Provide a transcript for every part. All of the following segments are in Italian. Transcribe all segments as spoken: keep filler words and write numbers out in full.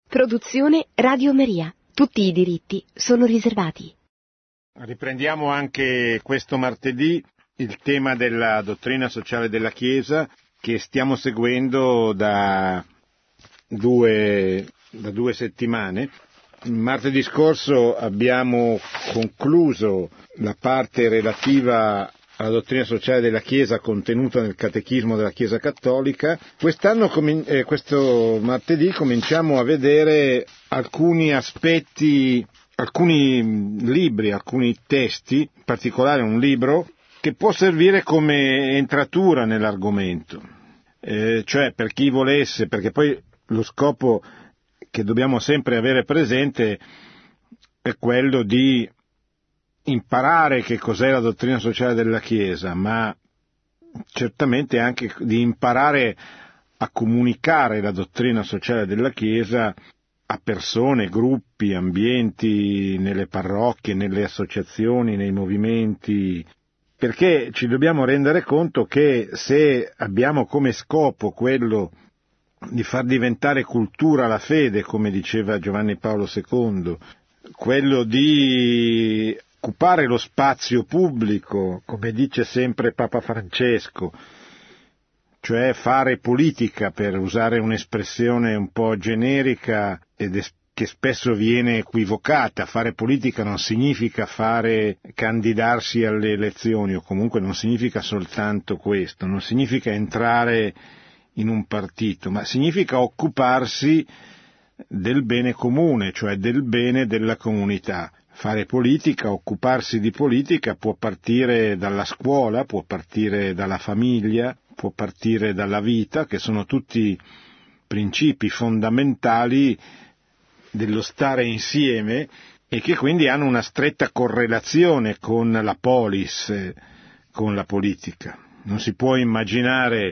Produzione Radio Maria. Tutti i diritti sono riservati. Riprendiamo anche questo martedì il tema della dottrina sociale della Chiesa che stiamo seguendo da due, da due settimane. Martedì scorso abbiamo concluso la parte relativa alla dottrina sociale della Chiesa contenuta nel Catechismo della Chiesa Cattolica. Quest'anno, eh, questo martedì, cominciamo a vedere alcuni aspetti, alcuni libri, alcuni testi, in particolare un libro che può servire come entratura nell'argomento, eh, cioè per chi volesse, perché poi lo scopo che dobbiamo sempre avere presente è quello di imparare che cos'è la dottrina sociale della Chiesa, ma certamente anche di imparare a comunicare la dottrina sociale della Chiesa a persone, gruppi, ambienti, nelle parrocchie, nelle associazioni, nei movimenti, perché ci dobbiamo rendere conto che se abbiamo come scopo quello di far diventare cultura la fede, come diceva Giovanni Paolo secondo, quello di occupare lo spazio pubblico, come dice sempre Papa Francesco, cioè fare politica, per usare un'espressione un po' generica ed es- che spesso viene equivocata. Fare politica non significa fare candidarsi alle elezioni, o comunque non significa soltanto questo, non significa entrare in un partito, ma significa occuparsi del bene comune, cioè del bene della comunità. Fare politica, occuparsi di politica può partire dalla scuola, può partire dalla famiglia, può partire dalla vita, che sono tutti principi fondamentali dello stare insieme e che quindi hanno una stretta correlazione con la polis, con la politica. Non si può immaginare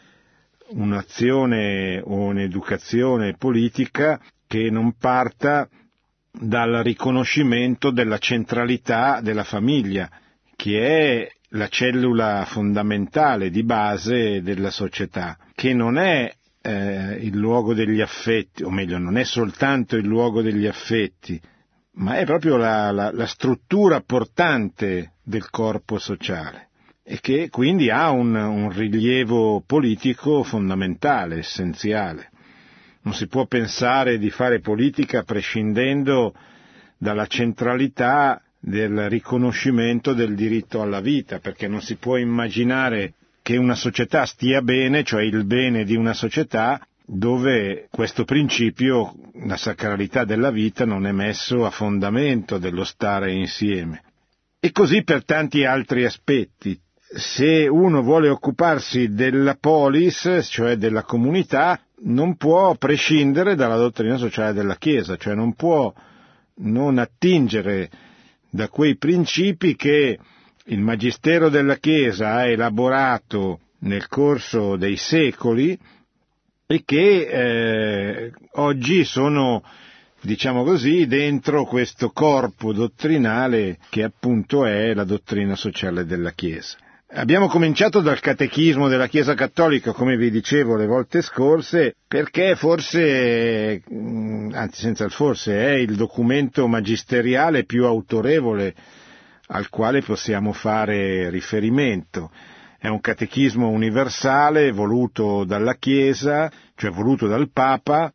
un'azione o un'educazione politica che non parta dal riconoscimento della centralità della famiglia, che è la cellula fondamentale di base della società, che non è eh, il luogo degli affetti, o meglio, non è soltanto il luogo degli affetti, ma è proprio la, la, la struttura portante del corpo sociale, e che quindi ha un, un rilievo politico fondamentale, essenziale. Non si può pensare di fare politica prescindendo dalla centralità del riconoscimento del diritto alla vita, perché non si può immaginare che una società stia bene, cioè il bene di una società, dove questo principio, la sacralità della vita, non è messo a fondamento dello stare insieme. E così per tanti altri aspetti. Se uno vuole occuparsi della polis, cioè della comunità, non può prescindere dalla dottrina sociale della Chiesa, cioè non può non attingere da quei principi che il Magistero della Chiesa ha elaborato nel corso dei secoli e che eh, oggi sono, diciamo così, dentro questo corpo dottrinale che appunto è la dottrina sociale della Chiesa. Abbiamo cominciato dal Catechismo della Chiesa Cattolica, come vi dicevo le volte scorse, perché forse, anzi senza il forse, è il documento magisteriale più autorevole al quale possiamo fare riferimento. È un catechismo universale voluto dalla Chiesa, cioè voluto dal Papa,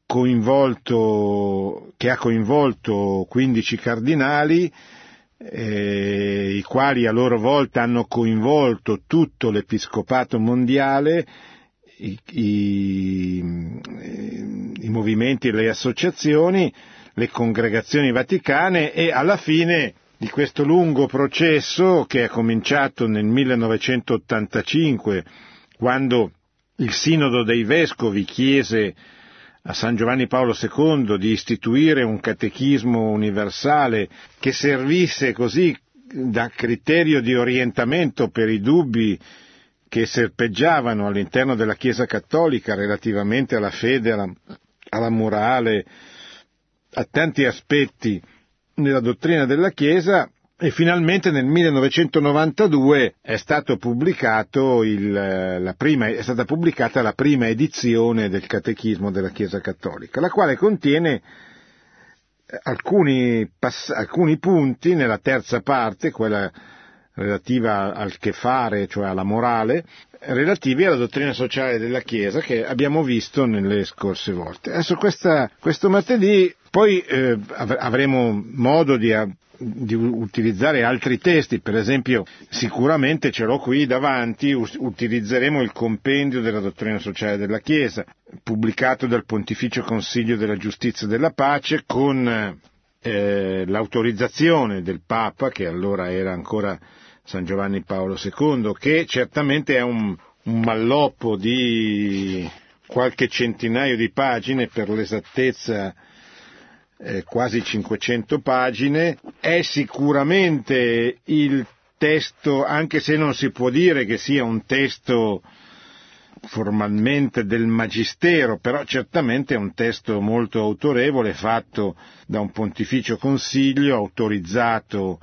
coinvolto, che ha coinvolto quindici cardinali, Eh, i quali a loro volta hanno coinvolto tutto l'Episcopato mondiale, i, i, i movimenti e le associazioni, le congregazioni vaticane, e alla fine di questo lungo processo, che è cominciato nel millenovecentottantacinque, quando il Sinodo dei Vescovi chiese a San Giovanni Paolo secondo di istituire un catechismo universale che servisse così da criterio di orientamento per i dubbi che serpeggiavano all'interno della Chiesa Cattolica relativamente alla fede, alla, alla morale, a tanti aspetti nella dottrina della Chiesa. e finalmente nel millenovecentonovantadue è stato pubblicato il, la prima, è stata pubblicata la prima edizione del Catechismo della Chiesa Cattolica, la quale contiene alcuni, pass- alcuni punti nella terza parte, quella relativa al che fare, cioè alla morale, relativi alla dottrina sociale della Chiesa che abbiamo visto nelle scorse volte. Adesso questa, questo martedì poi eh, avremo modo di, di utilizzare altri testi, per esempio sicuramente ce l'ho qui davanti, utilizzeremo il compendio della dottrina sociale della Chiesa, pubblicato dal Pontificio Consiglio della Giustizia e della Pace con eh, l'autorizzazione del Papa, che allora era ancora San Giovanni Paolo secondo, che certamente è un, un malloppo di qualche centinaio di pagine, per l'esattezza eh, quasi cinquecento pagine, è sicuramente il testo, anche se non si può dire che sia un testo formalmente del Magistero, però certamente è un testo molto autorevole, fatto da un Pontificio Consiglio, autorizzato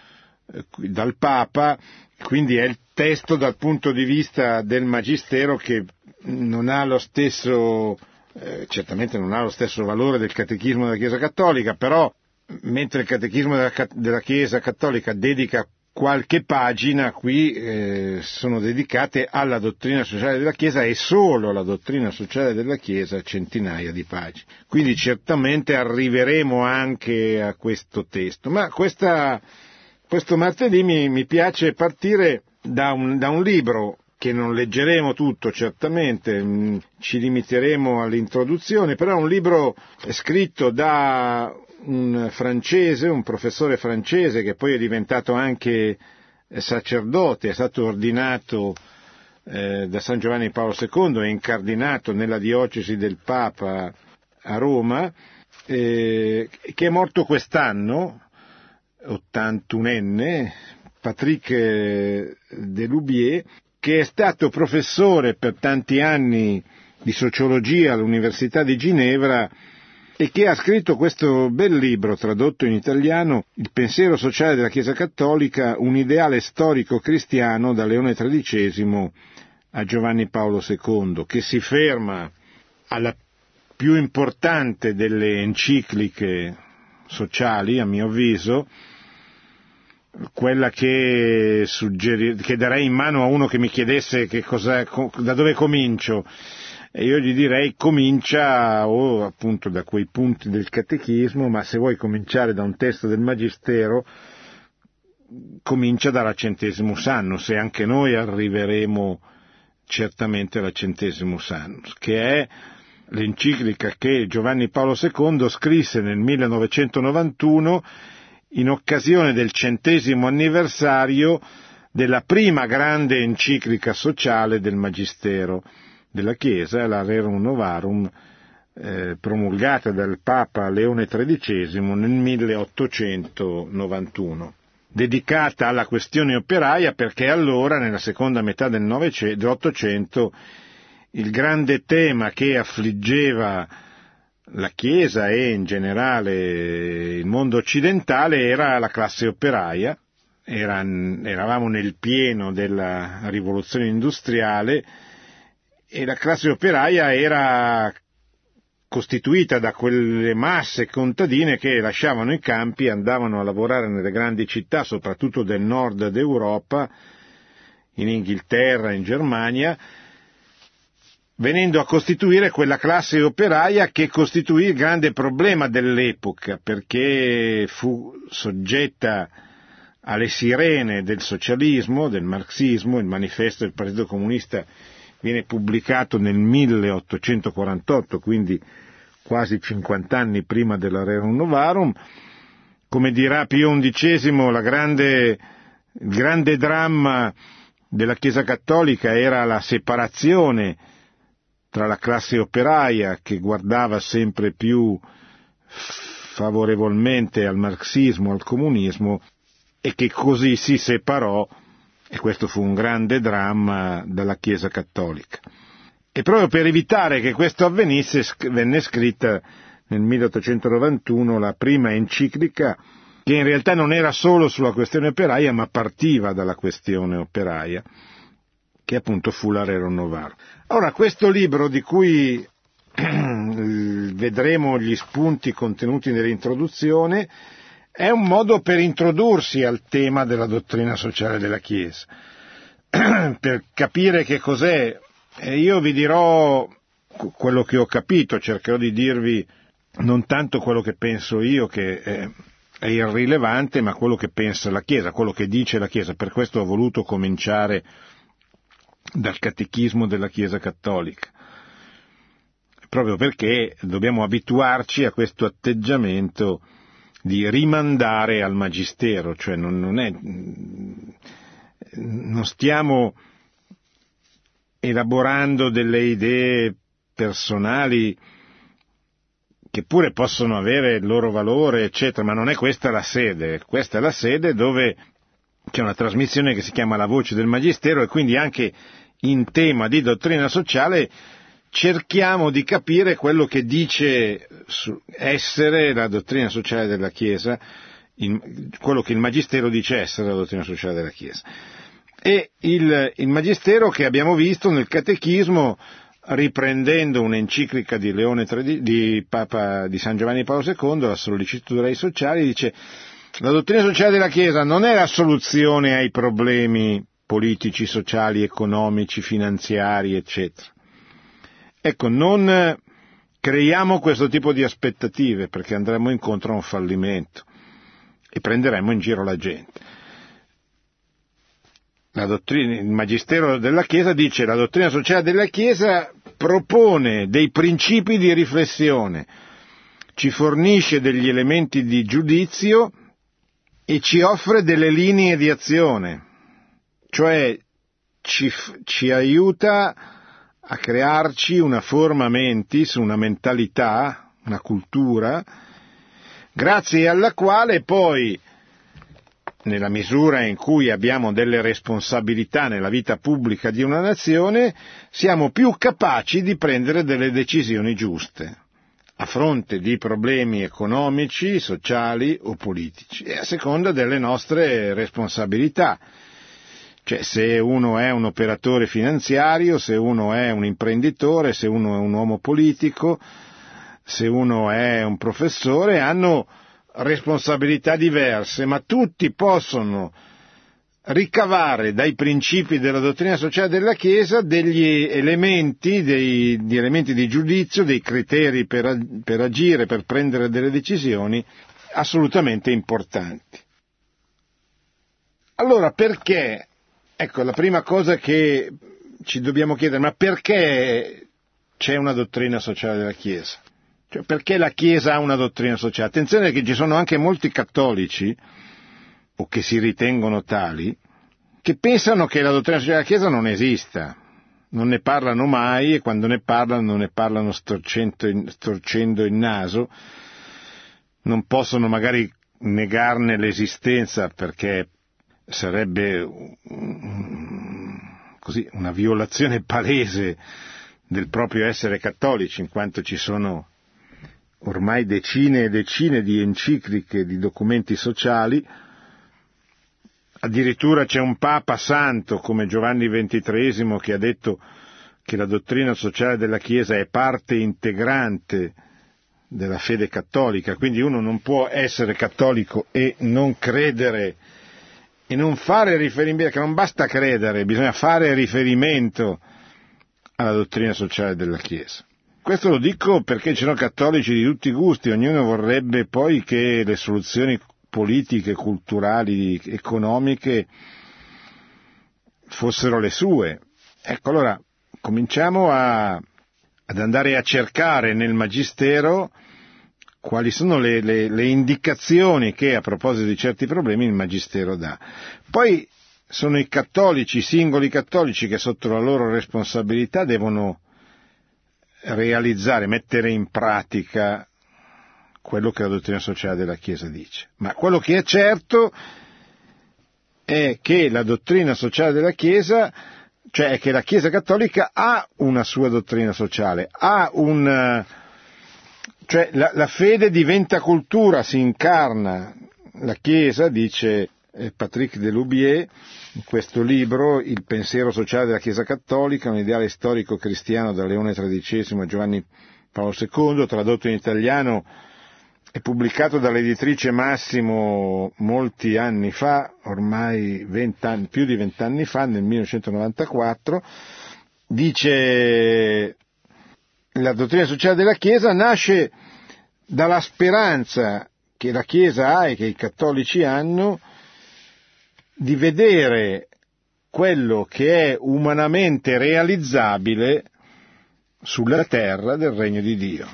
dal Papa, quindi è il testo dal punto di vista del Magistero che non ha lo stesso, eh, certamente non ha lo stesso valore del Catechismo della Chiesa Cattolica, però mentre il Catechismo della, della Chiesa Cattolica dedica qualche pagina, qui eh, sono dedicate alla dottrina sociale della Chiesa e solo alla dottrina sociale della Chiesa centinaia di pagine. Quindi certamente arriveremo anche a questo testo, ma questa Questo martedì mi, mi piace partire da un, da un libro che non leggeremo tutto certamente, mh, ci limiteremo all'introduzione, però è un libro scritto da un francese, un professore francese che poi è diventato anche sacerdote, è stato ordinato eh, da San Giovanni Paolo secondo e incardinato nella diocesi del Papa a Roma, eh, che è morto quest'anno, ottantunenne, Patrick Deloubier, che è stato professore per tanti anni di sociologia all'Università di Ginevra e che ha scritto questo bel libro tradotto in italiano, Il pensiero sociale della Chiesa Cattolica, un ideale storico cristiano da Leone tredicesimo a Giovanni Paolo secondo, che si ferma alla più importante delle encicliche sociali, a mio avviso, quella che, suggeri- che darei in mano a uno che mi chiedesse che cosa, da dove comincio, e io gli direi comincia o appunto da quei punti del catechismo, ma se vuoi cominciare da un testo del Magistero, comincia dalla Centesimus Annus, e anche noi arriveremo certamente alla Centesimus Annus, che è l'enciclica che Giovanni Paolo secondo scrisse nel millenovecentonovantuno in occasione del centesimo anniversario della prima grande enciclica sociale del Magistero della Chiesa, la Rerum Novarum, eh, promulgata dal Papa Leone tredicesimo nel milleottocentonovantuno, dedicata alla questione operaia, perché allora, nella seconda metà del Novecento, dell'Ottocento, il grande tema che affliggeva la Chiesa e in generale il mondo occidentale era la classe operaia. Era, eravamo nel pieno della rivoluzione industriale e la classe operaia era costituita da quelle masse contadine che lasciavano i campi e andavano a lavorare nelle grandi città, soprattutto del nord d'Europa, in Inghilterra, in Germania, venendo a costituire quella classe operaia che costituì il grande problema dell'epoca, perché fu soggetta alle sirene del socialismo, del marxismo. Il manifesto del Partito Comunista viene pubblicato nel milleottocentoquarantotto, quindi quasi cinquant'anni prima della Rerum Novarum. Come dirà Pio undicesimo, la grande, il grande dramma della Chiesa Cattolica era la separazione tra la classe operaia, che guardava sempre più favorevolmente al marxismo, al comunismo, e che così si separò, e questo fu un grande dramma, dalla Chiesa Cattolica. E proprio per evitare che questo avvenisse venne scritta nel milleottocentonovantuno la prima enciclica che in realtà non era solo sulla questione operaia, ma partiva dalla questione operaia, che appunto fu l'Arero Novaro. Ora, questo libro, di cui vedremo gli spunti contenuti nell'introduzione, è un modo per introdursi al tema della dottrina sociale della Chiesa, per capire che cos'è. E io vi dirò quello che ho capito, cercherò di dirvi non tanto quello che penso io, che è, è irrilevante, ma quello che pensa la Chiesa, quello che dice la Chiesa. Per questo ho voluto cominciare dal Catechismo della Chiesa Cattolica, proprio perché dobbiamo abituarci a questo atteggiamento di rimandare al Magistero, cioè non, non è, non stiamo elaborando delle idee personali che pure possono avere il loro valore, eccetera, ma non è questa la sede. Questa è la sede dove c'è una trasmissione che si chiama La Voce del Magistero, e quindi anche in tema di dottrina sociale cerchiamo di capire quello che dice essere la dottrina sociale della Chiesa, quello che il Magistero dice essere la dottrina sociale della Chiesa. E il, il Magistero, che abbiamo visto nel Catechismo, riprendendo un'enciclica di Leone di Papa di San Giovanni Paolo secondo, la Sollecitudine ai Sociali, dice: la dottrina sociale della Chiesa non è la soluzione ai problemi politici, sociali, economici, finanziari, eccetera. Ecco, non creiamo questo tipo di aspettative, perché andremo incontro a un fallimento e prenderemo in giro la gente. La dottrina, il Magistero della Chiesa dice: la dottrina sociale della Chiesa propone dei principi di riflessione, ci fornisce degli elementi di giudizio e ci offre delle linee di azione, cioè ci, ci aiuta a crearci una forma mentis, una mentalità, una cultura, grazie alla quale poi, nella misura in cui abbiamo delle responsabilità nella vita pubblica di una nazione, siamo più capaci di prendere delle decisioni giuste a fronte di problemi economici, sociali o politici, e a seconda delle nostre responsabilità. Cioè, se uno è un operatore finanziario, se uno è un imprenditore, se uno è un uomo politico, se uno è un professore, hanno responsabilità diverse, ma tutti possono ricavare dai principi della dottrina sociale della Chiesa degli elementi, dei, degli elementi di giudizio, dei criteri per, per agire, per prendere delle decisioni assolutamente importanti. Allora, perché? Ecco, la prima cosa che ci dobbiamo chiedere: ma perché c'è una dottrina sociale della Chiesa? Cioè, perché la Chiesa ha una dottrina sociale? Attenzione che ci sono anche molti cattolici, o che si ritengono tali, che pensano che la dottrina sociale della Chiesa non esista, non ne parlano mai, e quando ne parlano non ne parlano storcendo, storcendo il naso, non possono magari negarne l'esistenza perché sarebbe così una violazione palese del proprio essere cattolici, in quanto ci sono ormai decine e decine di encicliche, di documenti sociali. Addirittura c'è un Papa santo come Giovanni ventitreesimo che ha detto che la dottrina sociale della Chiesa è parte integrante della fede cattolica, quindi uno non può essere cattolico e non credere e non fare riferimento, che non basta credere, bisogna fare riferimento alla dottrina sociale della Chiesa. Questo lo dico perché ci sono cattolici di tutti i gusti, ognuno vorrebbe poi che le soluzioni politiche, culturali, economiche fossero le sue. Ecco, allora cominciamo a, ad andare a cercare nel Magistero quali sono le, le, le indicazioni che, a proposito di certi problemi, il Magistero dà. Poi sono i cattolici, i singoli cattolici, che sotto la loro responsabilità devono realizzare, mettere in pratica quello che la dottrina sociale della Chiesa dice. Ma quello che è certo è che la dottrina sociale della Chiesa, cioè che la Chiesa cattolica ha una sua dottrina sociale, ha un, cioè la, la fede diventa cultura, si incarna, la Chiesa, dice Patrick Deloubier, in questo libro, Il pensiero sociale della Chiesa cattolica, un ideale storico cristiano da Leone tredicesimo a Giovanni Paolo secondo, tradotto in italiano e pubblicato dall'editrice Massimo molti anni fa, ormai vent'anni, più di vent'anni fa, nel millenovecentonovantaquattro, dice: la dottrina sociale della Chiesa nasce dalla speranza che la Chiesa ha e che i cattolici hanno di vedere quello che è umanamente realizzabile sulla terra del regno di Dio.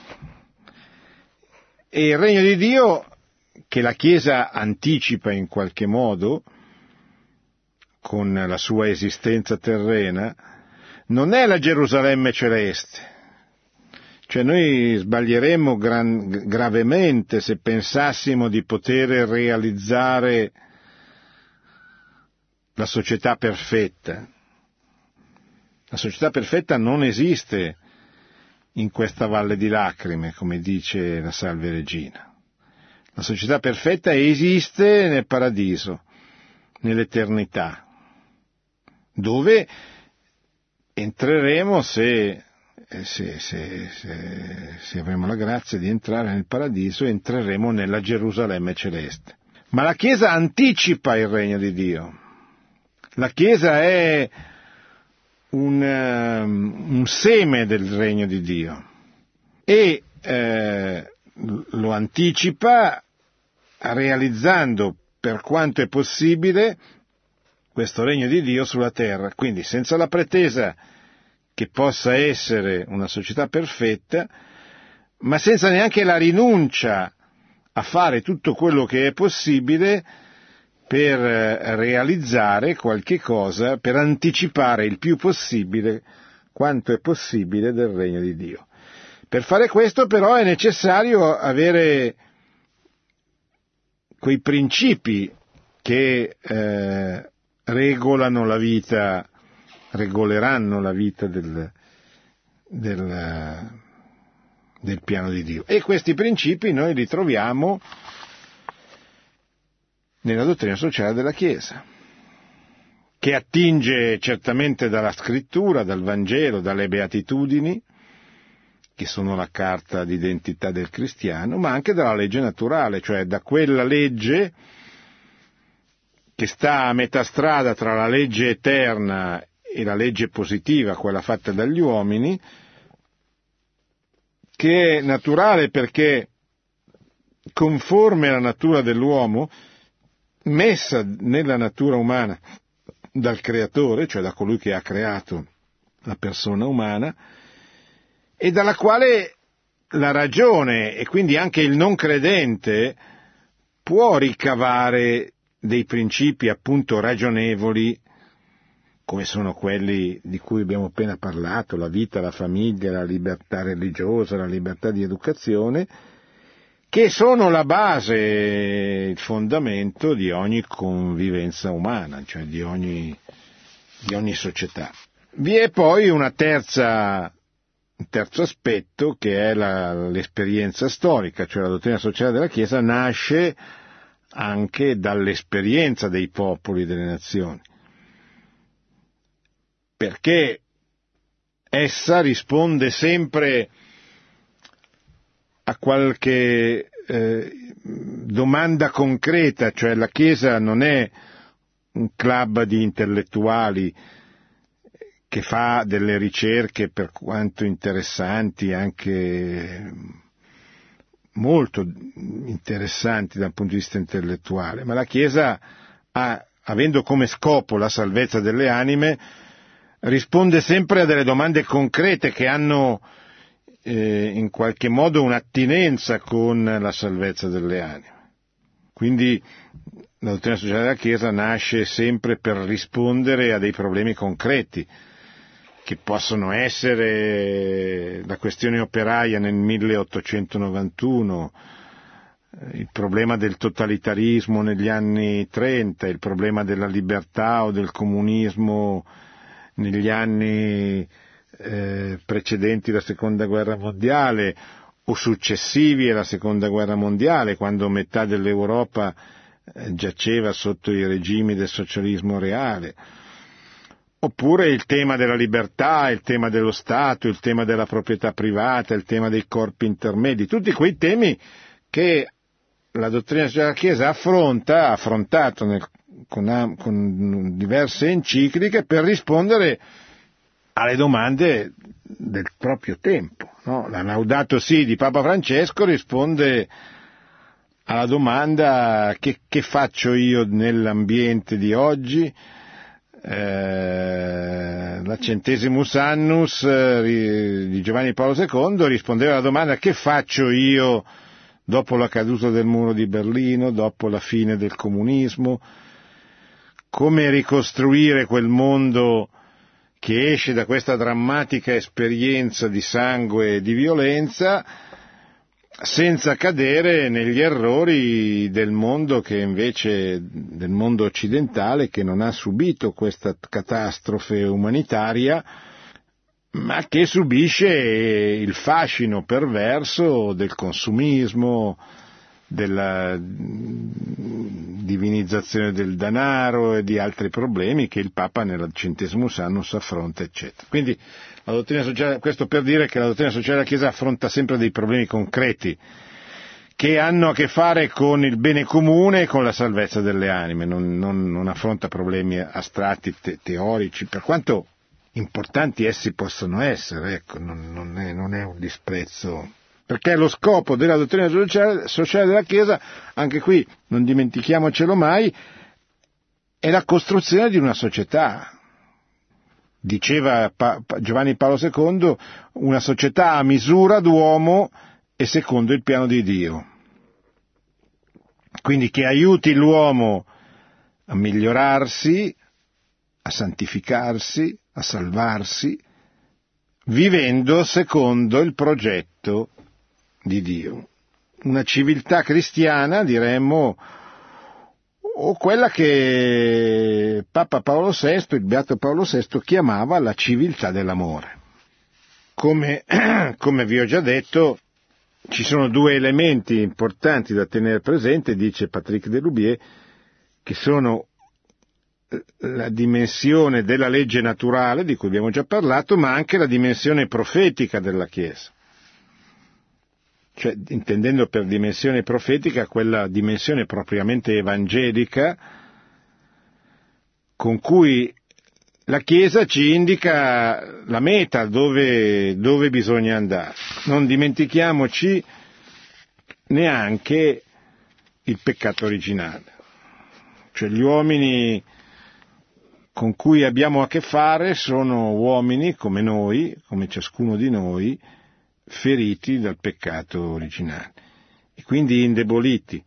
E il regno di Dio, che la Chiesa anticipa in qualche modo con la sua esistenza terrena, non è la Gerusalemme celeste. Cioè noi sbaglieremmo gran, gravemente se pensassimo di poter realizzare la società perfetta. La società perfetta non esiste in questa valle di lacrime, come dice la Salve Regina. La società perfetta esiste nel paradiso, nell'eternità, dove entreremo se, se, se, se, se avremo la grazia di entrare nel paradiso, entreremo nella Gerusalemme celeste. Ma la Chiesa anticipa il regno di Dio. La Chiesa è un, um, un seme del regno di Dio e eh, lo anticipa realizzando per quanto è possibile questo regno di Dio sulla terra, quindi senza la pretesa che possa essere una società perfetta, ma senza neanche la rinuncia a fare tutto quello che è possibile per realizzare qualche cosa, per anticipare il più possibile quanto è possibile del regno di Dio. Per fare questo però è necessario avere quei principi che eh, regolano la vita, regoleranno la vita del, del, del piano di Dio. E questi principi noi li troviamo nella dottrina sociale della Chiesa, che attinge certamente dalla Scrittura, dal Vangelo, dalle Beatitudini, che sono la carta d'identità del cristiano, ma anche dalla legge naturale, cioè da quella legge che sta a metà strada tra la legge eterna e la legge positiva, quella fatta dagli uomini, che è naturale perché conforme alla natura dell'uomo, messa nella natura umana dal creatore, cioè da colui che ha creato la persona umana, e dalla quale la ragione e quindi anche il non credente può ricavare dei principi appunto ragionevoli, come sono quelli di cui abbiamo appena parlato, la vita, la famiglia, la libertà religiosa, la libertà di educazione, che sono la base, il fondamento di ogni convivenza umana, cioè di ogni, di ogni società. Vi è poi una terza, un terzo aspetto che è la, l'esperienza storica, cioè la dottrina sociale della Chiesa nasce anche dall'esperienza dei popoli, delle nazioni, perché essa risponde sempre a qualche eh, domanda concreta, cioè la Chiesa non è un club di intellettuali che fa delle ricerche per quanto interessanti, anche molto interessanti dal punto di vista intellettuale, ma la Chiesa, ha, avendo come scopo la salvezza delle anime, risponde sempre a delle domande concrete che hanno eh, in qualche modo un'attinenza con la salvezza delle anime. Quindi la dottrina sociale della Chiesa nasce sempre per rispondere a dei problemi concreti, che possono essere la questione operaia nel milleottocentonovantuno, il problema del totalitarismo negli anni trenta, il problema della libertà o del comunismo negli anni eh, precedenti la seconda guerra mondiale, o successivi alla Seconda Guerra Mondiale, quando metà dell'Europa giaceva sotto i regimi del socialismo reale, oppure il tema della libertà, il tema dello Stato, il tema della proprietà privata, il tema dei corpi intermedi, tutti quei temi che la dottrina sociale della Chiesa affronta, ha affrontato nel, con, con diverse encicliche per rispondere alle domande del proprio tempo, no? La Laudato Si di Papa Francesco risponde alla domanda che, che faccio io nell'ambiente di oggi, eh, la Centesimus Annus eh, di Giovanni Paolo secondo rispondeva alla domanda che faccio io dopo la caduta del muro di Berlino, dopo la fine del comunismo, come ricostruire quel mondo che esce da questa drammatica esperienza di sangue e di violenza senza cadere negli errori del mondo che invece, del mondo occidentale, che non ha subito questa catastrofe umanitaria, ma che subisce il fascino perverso del consumismo, della divinizzazione del denaro e di altri problemi che il Papa nella Centesimus Annus affronta, eccetera. Quindi la dottrina sociale, questo per dire che la dottrina sociale della Chiesa affronta sempre dei problemi concreti che hanno a che fare con il bene comune e con la salvezza delle anime, non, non, non affronta problemi astratti, te, teorici, per quanto importanti essi possono essere, ecco, non, non, è, non è un disprezzo. Perché lo scopo della dottrina sociale, sociale della Chiesa, anche qui non dimentichiamocelo mai, è la costruzione di una società. Diceva pa- Giovanni Paolo secondo, una società a misura d'uomo e secondo il piano di Dio. Quindi che aiuti l'uomo a migliorarsi, a santificarsi, a salvarsi, vivendo secondo il progetto di Dio. Una civiltà cristiana, diremmo, o quella che Papa Paolo sesto, il Beato Paolo sesto, chiamava la civiltà dell'amore. Come, come vi ho già detto, ci sono due elementi importanti da tenere presente, dice Patrick Deloubier, che sono la dimensione della legge naturale, di cui abbiamo già parlato, ma anche la dimensione profetica della Chiesa. Cioè, intendendo per dimensione profetica quella dimensione propriamente evangelica con cui la Chiesa ci indica la meta, dove, dove bisogna andare. Non dimentichiamoci neanche il peccato originale, cioè gli uomini con cui abbiamo a che fare sono uomini come noi, come ciascuno di noi, feriti dal peccato originale e quindi indeboliti.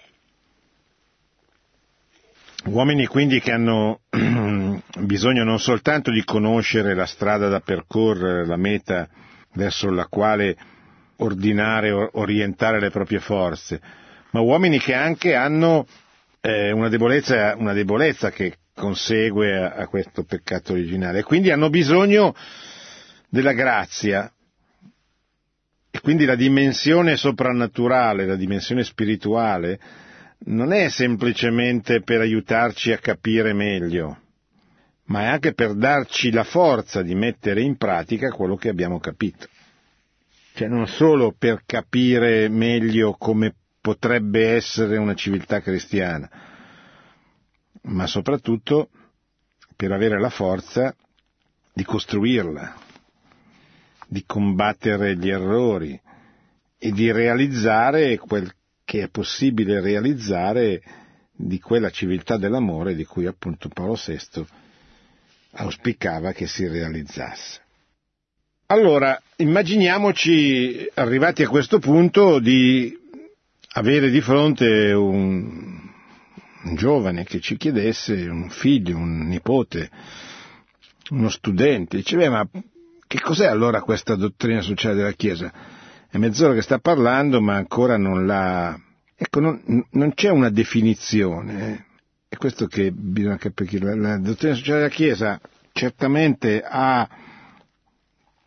Uomini quindi che hanno bisogno non soltanto di conoscere la strada da percorrere, la meta verso la quale ordinare o orientare le proprie forze, ma uomini che anche hanno eh, una debolezza, una debolezza che consegue a, a questo peccato originale e quindi hanno bisogno della grazia. E quindi la dimensione soprannaturale, la dimensione spirituale, non è semplicemente per aiutarci a capire meglio, ma è anche per darci la forza di mettere in pratica quello che abbiamo capito. Cioè non solo per capire meglio come potrebbe essere una civiltà cristiana, ma soprattutto per avere la forza di costruirla, di combattere gli errori e di realizzare quel che è possibile realizzare di quella civiltà dell'amore di cui appunto Paolo sesto auspicava che si realizzasse. Allora, immaginiamoci, arrivati a questo punto, di avere di fronte un, un giovane che ci chiedesse, un figlio, un nipote, uno studente, diceva, ma che cos'è allora questa dottrina sociale della Chiesa? È mezz'ora che sta parlando, ma ancora non l'ha... Ecco, non, non c'è una definizione. Eh. È questo che bisogna capire. La, la dottrina sociale della Chiesa certamente ha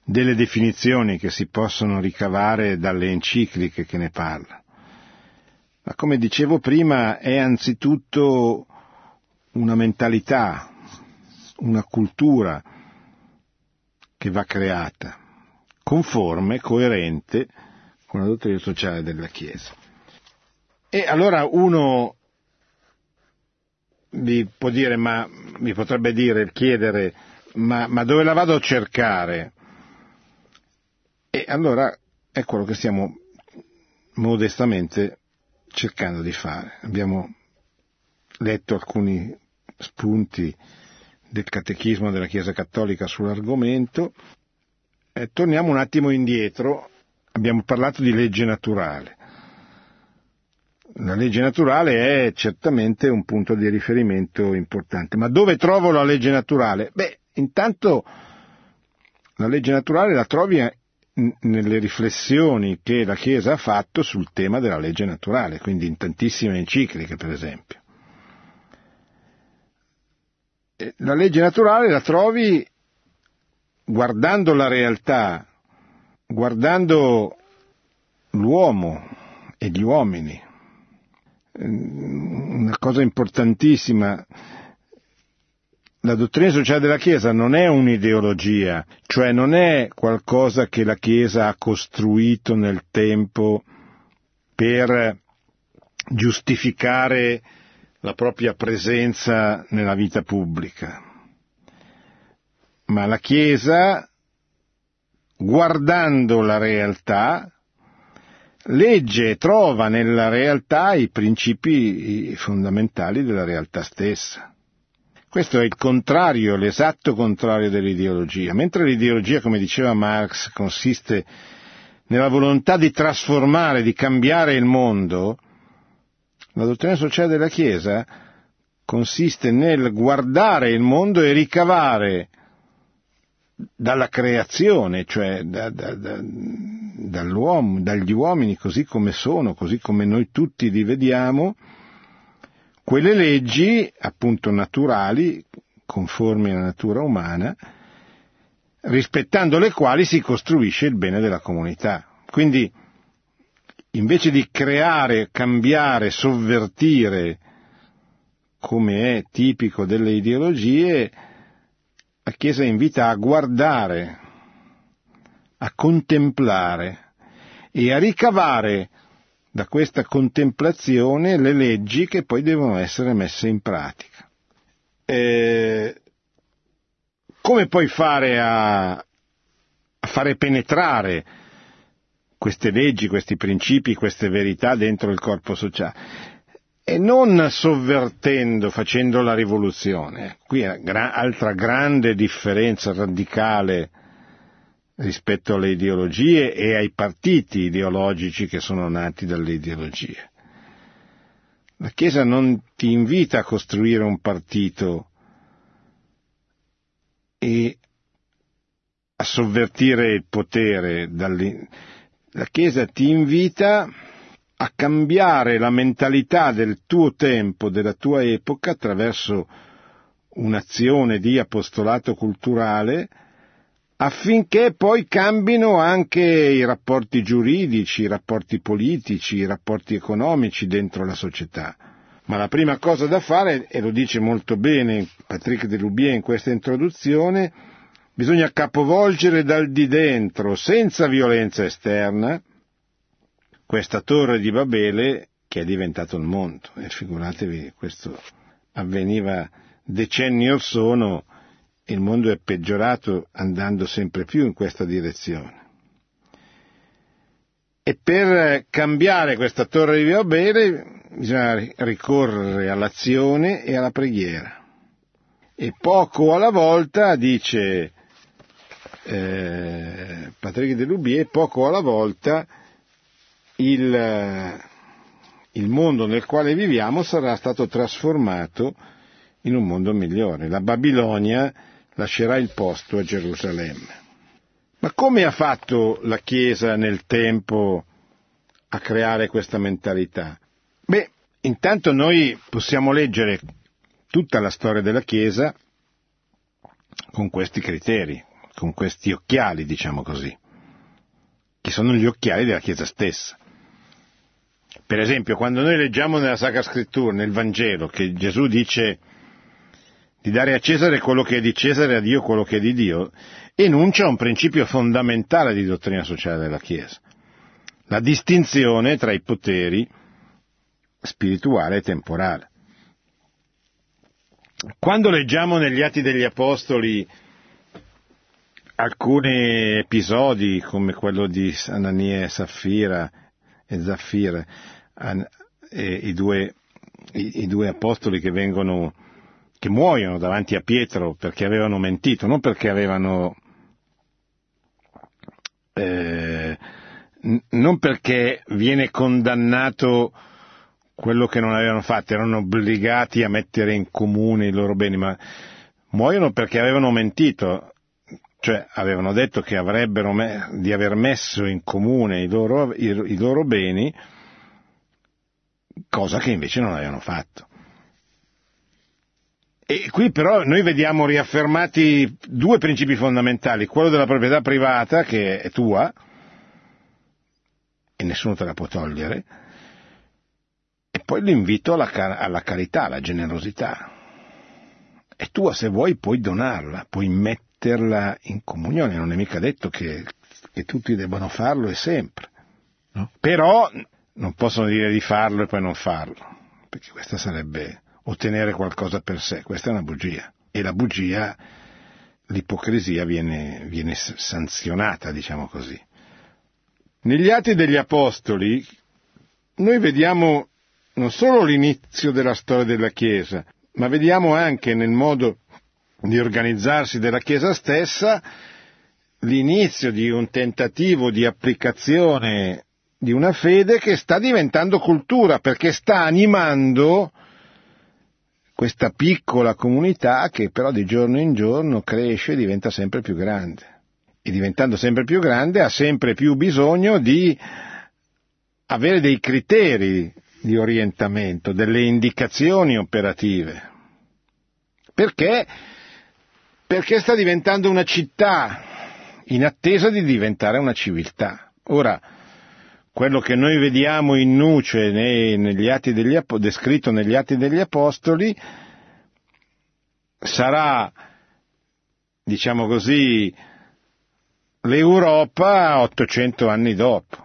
delle definizioni che si possono ricavare dalle encicliche che ne parlano. Ma come dicevo prima, è anzitutto una mentalità, una cultura che va creata, conforme, coerente con la dottrina sociale della Chiesa. E allora uno vi può dire, ma mi potrebbe dire, chiedere, ma, ma dove la vado a cercare? E allora è quello che stiamo modestamente cercando di fare. Abbiamo letto alcuni spunti del Catechismo della Chiesa Cattolica sull'argomento. Eh, torniamo un attimo indietro, abbiamo parlato di legge naturale. La legge naturale è certamente un punto di riferimento importante, ma dove trovo la legge naturale? Beh, intanto la legge naturale la trovi nelle riflessioni che la Chiesa ha fatto sul tema della legge naturale, quindi in tantissime encicliche, per esempio. La legge naturale la trovi guardando la realtà, guardando l'uomo e gli uomini. Una cosa importantissima, la dottrina sociale della Chiesa non è un'ideologia, cioè non è qualcosa che la Chiesa ha costruito nel tempo per giustificare la propria presenza nella vita pubblica, ma la Chiesa, guardando la realtà, legge e trova nella realtà i principi fondamentali della realtà stessa. Questo è il contrario, l'esatto contrario dell'ideologia. Mentre l'ideologia, come diceva Marx, consiste nella volontà di trasformare, di cambiare il mondo, la dottrina sociale della Chiesa consiste nel guardare il mondo e ricavare dalla creazione, cioè da, da, da, dall'uomo, dagli uomini così come sono, così come noi tutti li vediamo, quelle leggi appunto naturali, conformi alla natura umana, rispettando le quali si costruisce il bene della comunità. Quindi invece di creare, cambiare, sovvertire, come è tipico delle ideologie, la Chiesa invita a guardare, a contemplare e a ricavare da questa contemplazione le leggi che poi devono essere messe in pratica. Eh, come poi fare a, a fare penetrare queste leggi, questi principi, queste verità dentro il corpo sociale? E non sovvertendo, facendo la rivoluzione. Qui è gra- altra grande differenza radicale rispetto alle ideologie e ai partiti ideologici che sono nati dalle ideologie. La Chiesa non ti invita a costruire un partito e a sovvertire il potere. La Chiesa ti invita a cambiare la mentalità del tuo tempo, della tua epoca, attraverso un'azione di apostolato culturale, affinché poi cambino anche i rapporti giuridici, i rapporti politici, i rapporti economici dentro la società. Ma la prima cosa da fare, e lo dice molto bene Patrick de Lubier in questa introduzione, bisogna capovolgere dal di dentro, senza violenza esterna, questa torre di Babele che è diventato il mondo. E figuratevi, questo avveniva decenni or sono, il mondo è peggiorato andando sempre più in questa direzione. E per cambiare questa torre di Babele bisogna ricorrere all'azione e alla preghiera. E poco alla volta, dice eh, Patrick de Lubier, poco alla volta il, il mondo nel quale viviamo sarà stato trasformato in un mondo migliore. La Babilonia lascerà il posto a Gerusalemme. Ma come ha fatto la Chiesa nel tempo a creare questa mentalità? Beh, intanto noi possiamo leggere tutta la storia della Chiesa con questi criteri. con questi occhiali, diciamo così, che sono gli occhiali della Chiesa stessa. Per esempio, quando noi leggiamo nella Sacra Scrittura, nel Vangelo, che Gesù dice di dare a Cesare quello che è di Cesare e a Dio quello che è di Dio, enuncia un principio fondamentale di dottrina sociale della Chiesa: la distinzione tra i poteri spirituale e temporale. Quando leggiamo negli Atti degli Apostoli alcuni episodi come quello di Anania e Saffira e Zaffira, e i due, i, i due apostoli che vengono, che muoiono davanti a Pietro perché avevano mentito, non perché avevano, eh, non perché viene condannato quello che non avevano fatto, erano obbligati a mettere in comune i loro beni, ma muoiono perché avevano mentito, cioè avevano detto che avrebbero me- di aver messo in comune i loro, i, i loro beni, cosa che invece non avevano fatto. E qui però noi vediamo riaffermati due principi fondamentali: quello della proprietà privata, che è tua e nessuno te la può togliere, e poi l'invito alla, car- alla carità, alla generosità. È tua, se vuoi puoi donarla, puoi metterla in comunione, non è mica detto che, che tutti debbano farlo e sempre, no? Però non possono dire di farlo e poi non farlo, perché questa sarebbe ottenere qualcosa per sé, questa è una bugia, e la bugia, l'ipocrisia viene, viene sanzionata, diciamo così. Negli Atti degli Apostoli noi vediamo non solo l'inizio della storia della Chiesa, ma vediamo anche nel modo di organizzarsi della Chiesa stessa l'inizio di un tentativo di applicazione di una fede che sta diventando cultura, perché sta animando questa piccola comunità che però di giorno in giorno cresce e diventa sempre più grande. E diventando sempre più grande ha sempre più bisogno di avere dei criteri di orientamento, delle indicazioni operative. Perché? Perché sta diventando una città in attesa di diventare una civiltà. Ora, quello che noi vediamo in nuce nei, negli atti degli, descritto negli Atti degli Apostoli sarà, diciamo così, l'Europa ottocento anni dopo,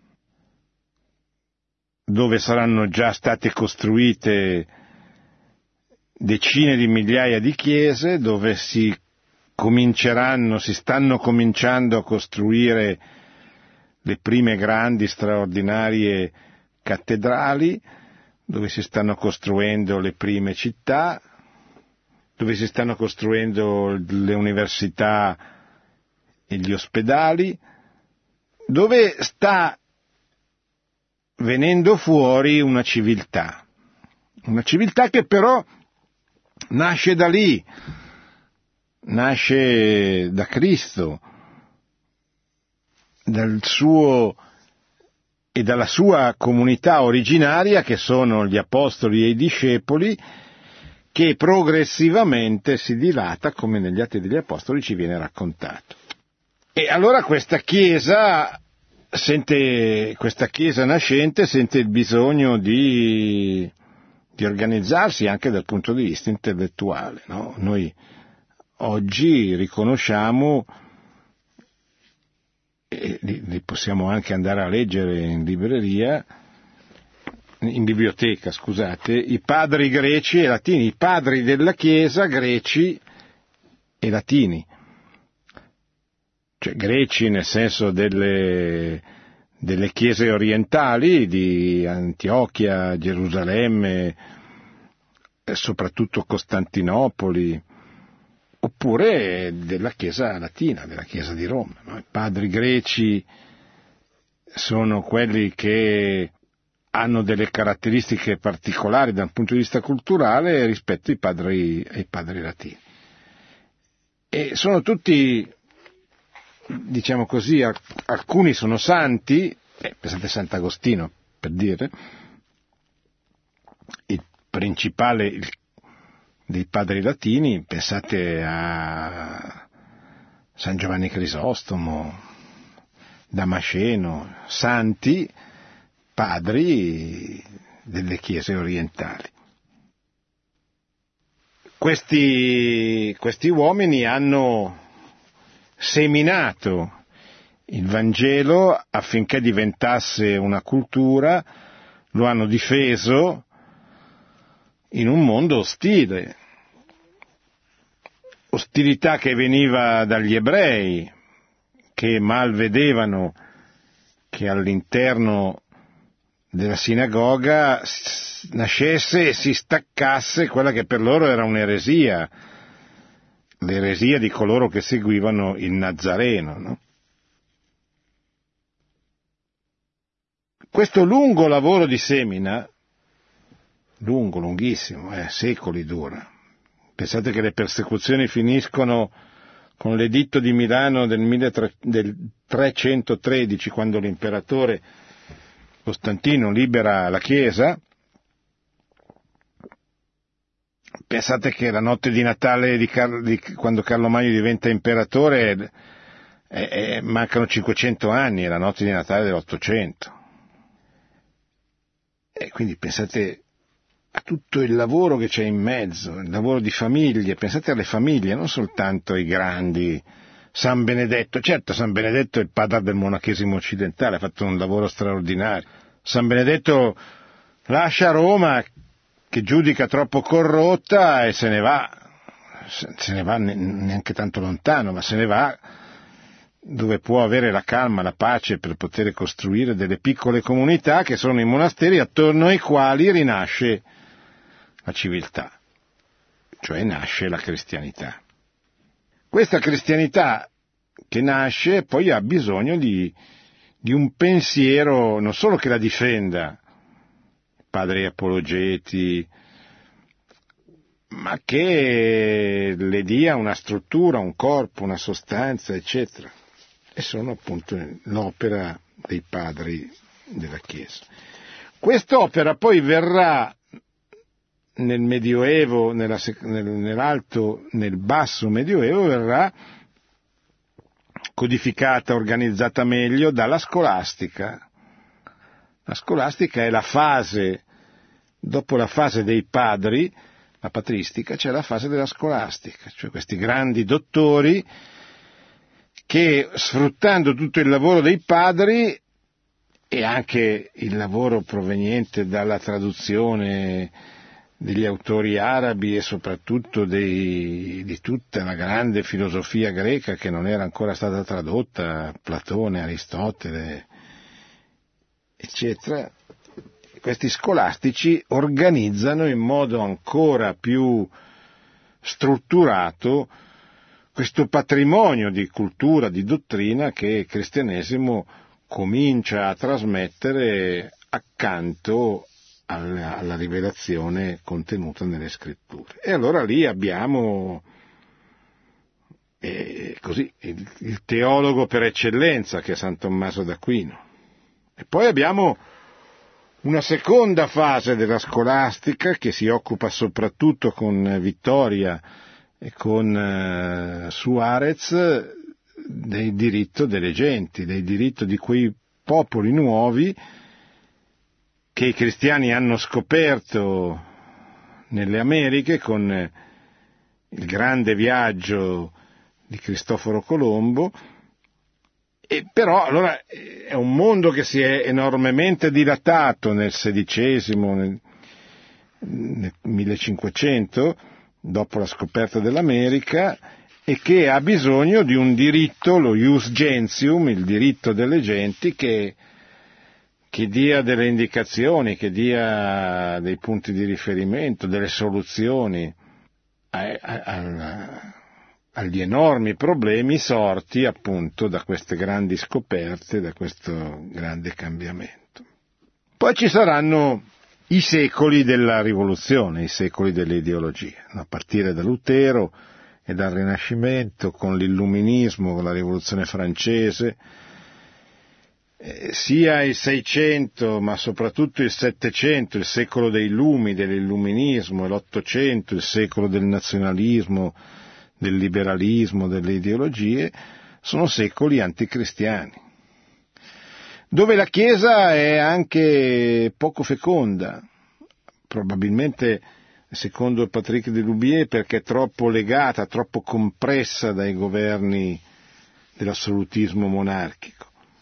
dove saranno già state costruite decine di migliaia di chiese, dove si cominceranno, si stanno cominciando a costruire le prime grandi, straordinarie cattedrali, dove si stanno costruendo le prime città, dove si stanno costruendo le università e gli ospedali, dove sta venendo fuori una civiltà, una civiltà che però nasce da lì, nasce da Cristo, dal suo e dalla sua comunità originaria, che sono gli apostoli e i discepoli, che progressivamente si dilata, come negli Atti degli Apostoli ci viene raccontato. E allora questa Chiesa sente, questa Chiesa nascente sente il bisogno di, di organizzarsi anche dal punto di vista intellettuale, no? Noi oggi riconosciamo, e li, li possiamo anche andare a leggere in libreria, in biblioteca, scusate, i padri greci e latini, i padri della Chiesa greci e latini. Cioè greci nel senso delle, delle chiese orientali di Antiochia, Gerusalemme, e soprattutto Costantinopoli, oppure della Chiesa latina, della Chiesa di Roma, no? I padri greci sono quelli che hanno delle caratteristiche particolari dal punto di vista culturale rispetto ai padri, ai padri latini. E sono tutti, diciamo così, alcuni sono santi, eh, pensate a Sant'Agostino, per dire, il principale il, dei padri latini, pensate a San Giovanni Crisostomo, Damasceno, santi, padri delle chiese orientali. Questi, questi uomini hanno seminato il Vangelo affinché diventasse una cultura, lo hanno difeso in un mondo ostile, ostilità che veniva dagli ebrei, che mal vedevano che all'interno della sinagoga nascesse e si staccasse quella che per loro era un'eresia, l'eresia di coloro che seguivano il Nazareno, no? Questo lungo lavoro di semina, lungo, lunghissimo, eh, secoli dura. Pensate che le persecuzioni finiscono con l'editto di Milano del trecentotredicii, quando l'imperatore Costantino libera la Chiesa. Pensate che la notte di Natale di Car- di, quando Carlo Magno diventa imperatore eh, eh, mancano cinquecento anni, è la notte di Natale dell'Ottocento. E quindi pensate a tutto il lavoro che c'è in mezzo, il lavoro di famiglie, pensate alle famiglie, non soltanto ai grandi. San Benedetto, certo San Benedetto è il padre del monachesimo occidentale, ha fatto un lavoro straordinario. San Benedetto lascia Roma, che giudica troppo corrotta, e se ne va, se ne va neanche tanto lontano, ma se ne va dove può avere la calma, la pace per poter costruire delle piccole comunità che sono i monasteri attorno ai quali rinasce la civiltà, cioè nasce la cristianità. Questa cristianità che nasce poi ha bisogno di, di un pensiero non solo che la difenda, padri apologeti, ma che le dia una struttura, un corpo, una sostanza, eccetera. E sono appunto l'opera dei padri della Chiesa. Quest'opera poi verrà nel Medioevo, nella, nel, nell'alto, nel basso Medioevo, verrà codificata, organizzata meglio dalla scolastica. La scolastica è la fase, dopo la fase dei padri, la patristica, c'è la fase della scolastica, cioè questi grandi dottori che, sfruttando tutto il lavoro dei padri e anche il lavoro proveniente dalla traduzione degli autori arabi e soprattutto dei, di tutta la grande filosofia greca che non era ancora stata tradotta, Platone, Aristotele, eccetera, questi scolastici organizzano in modo ancora più strutturato questo patrimonio di cultura, di dottrina che il cristianesimo comincia a trasmettere accanto alla, alla rivelazione contenuta nelle scritture. E allora lì abbiamo eh, così, il, il teologo per eccellenza che è San Tommaso d'Aquino. E poi abbiamo una seconda fase della scolastica che si occupa soprattutto con Vittoria e con uh, Suarez del diritto delle genti, del diritto di quei popoli nuovi che i cristiani hanno scoperto nelle Americhe con il grande viaggio di Cristoforo Colombo. E però allora è un mondo che si è enormemente dilatato nel sedicesimo, nel, nel millecinquecento, dopo la scoperta dell'America, e che ha bisogno di un diritto, lo ius gentium, il diritto delle genti, che, che dia delle indicazioni, che dia dei punti di riferimento, delle soluzioni a, a, a, agli enormi problemi sorti appunto da queste grandi scoperte, da questo grande cambiamento. Poi ci saranno i secoli della rivoluzione, i secoli delle ideologie, a partire da Lutero e dal Rinascimento, con l'Illuminismo, con la Rivoluzione francese, eh, sia il Seicento, ma soprattutto il Settecento, il secolo dei lumi, dell'Illuminismo, e l'Ottocento, il secolo del nazionalismo, del liberalismo, delle ideologie, sono secoli anticristiani, dove la Chiesa è anche poco feconda, probabilmente secondo Patrick de Lubier perché è troppo legata, troppo compressa dai governi dell'assolutismo monarchico.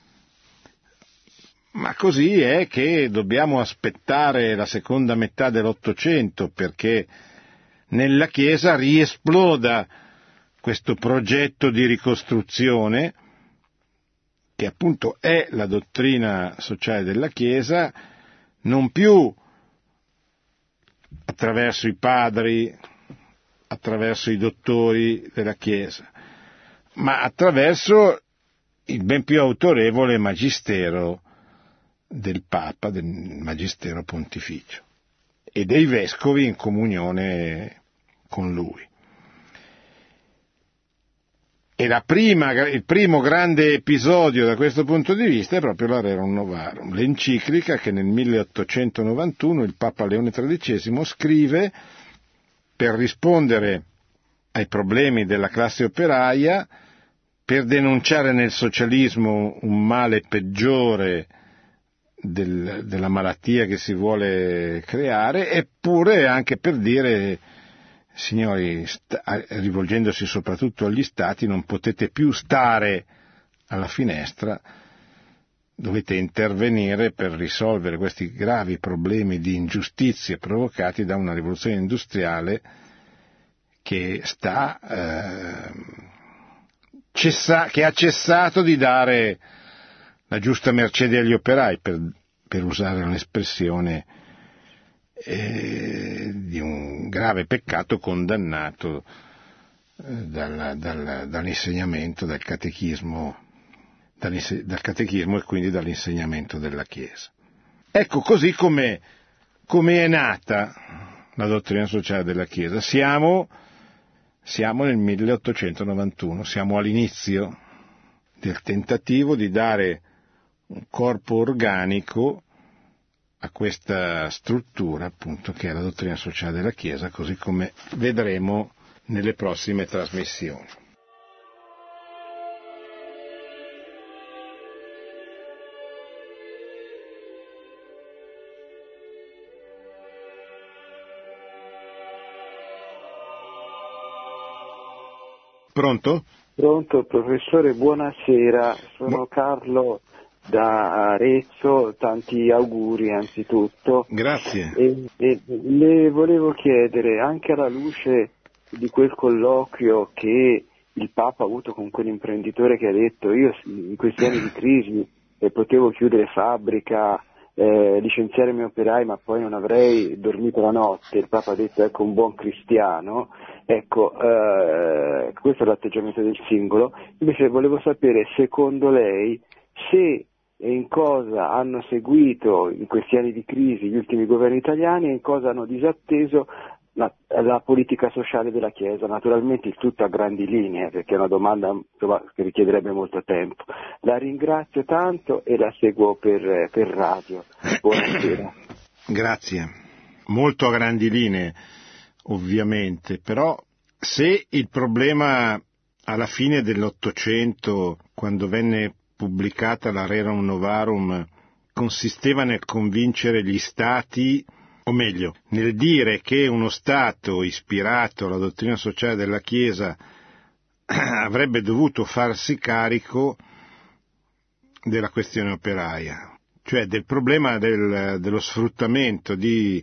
Ma così è che dobbiamo aspettare la seconda metà dell'Ottocento perché nella Chiesa riesploda questo progetto di ricostruzione che appunto è la dottrina sociale della Chiesa, non più attraverso i padri, attraverso i dottori della Chiesa, ma attraverso il ben più autorevole magistero del Papa, del magistero pontificio, e dei vescovi in comunione con lui. E la prima, il primo grande episodio da questo punto di vista è proprio la Rerum Novarum, l'enciclica che nel milleottocentonovantuno il Papa Leone tredicesimo scrive per rispondere ai problemi della classe operaia, per denunciare nel socialismo un male peggiore del, della malattia che si vuole creare, eppure anche per dire: signori, sta, rivolgendosi soprattutto agli stati, non potete più stare alla finestra, dovete intervenire per risolvere questi gravi problemi di ingiustizie provocati da una rivoluzione industriale che sta eh, cessa, che ha cessato di dare la giusta mercede agli operai, per, per usare un'espressione eh, di un grave peccato condannato eh, dal, dal, dall'insegnamento del catechismo, dal catechismo e quindi dall'insegnamento della Chiesa. Ecco, così come, come è nata la dottrina sociale della Chiesa. Siamo, siamo nel milleottocentonovantuno, siamo all'inizio del tentativo di dare un corpo organico a questa struttura, appunto, che è la dottrina sociale della Chiesa, così come vedremo nelle prossime trasmissioni. Pronto? Pronto, professore, buonasera, sono Bu- Carlo da Arezzo, tanti auguri anzitutto. Grazie. E, e le volevo chiedere, anche alla luce di quel colloquio che il Papa ha avuto con quell'imprenditore che ha detto: io in questi anni di crisi eh, potevo chiudere fabbrica, eh, licenziare i miei operai, ma poi non avrei dormito la notte, il Papa ha detto: ecco, un buon cristiano. Ecco, eh, questo è l'atteggiamento del singolo. Invece volevo sapere, secondo lei, se e in cosa hanno seguito in questi anni di crisi gli ultimi governi italiani e in cosa hanno disatteso la, la politica sociale della Chiesa. Naturalmente il tutto a grandi linee, perché è una domanda insomma, che richiederebbe molto tempo. La ringrazio tanto e la seguo per, per radio. Buonasera. Grazie. Molto a grandi linee, ovviamente, però se il problema alla fine dell'Ottocento, quando venne pubblicata la Rerum Novarum, consisteva nel convincere gli stati, o meglio, nel dire che uno Stato ispirato alla dottrina sociale della Chiesa avrebbe dovuto farsi carico della questione operaia, cioè del problema del, dello sfruttamento di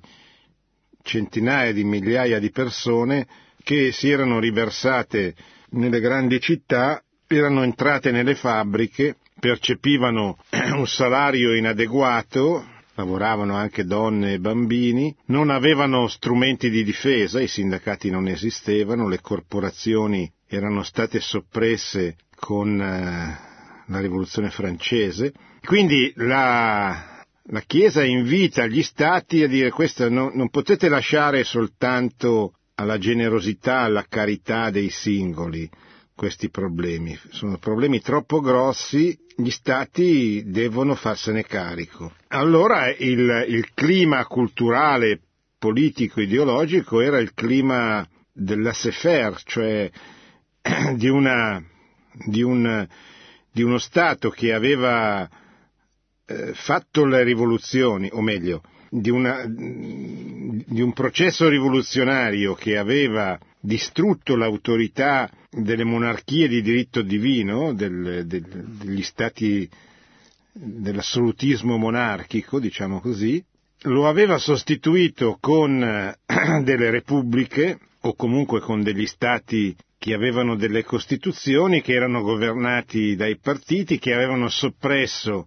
centinaia di migliaia di persone che si erano riversate nelle grandi città, erano entrate nelle fabbriche, percepivano un salario inadeguato, lavoravano anche donne e bambini, non avevano strumenti di difesa, i sindacati non esistevano, le corporazioni erano state soppresse con eh, la rivoluzione francese, quindi la, la Chiesa invita gli stati a dire: questo no, non potete lasciare soltanto alla generosità, alla carità dei singoli questi problemi, sono problemi troppo grossi, gli stati devono farsene carico. Allora il, il clima culturale, politico, ideologico era il clima del laissez-faire, cioè di una di un di uno Stato che aveva eh, fatto le rivoluzioni, o meglio, di una di un processo rivoluzionario che aveva distrutto l'autorità delle monarchie di diritto divino, del, del, degli stati dell'assolutismo monarchico, diciamo così, lo aveva sostituito con delle repubbliche o comunque con degli stati che avevano delle costituzioni, che erano governati dai partiti, che avevano soppresso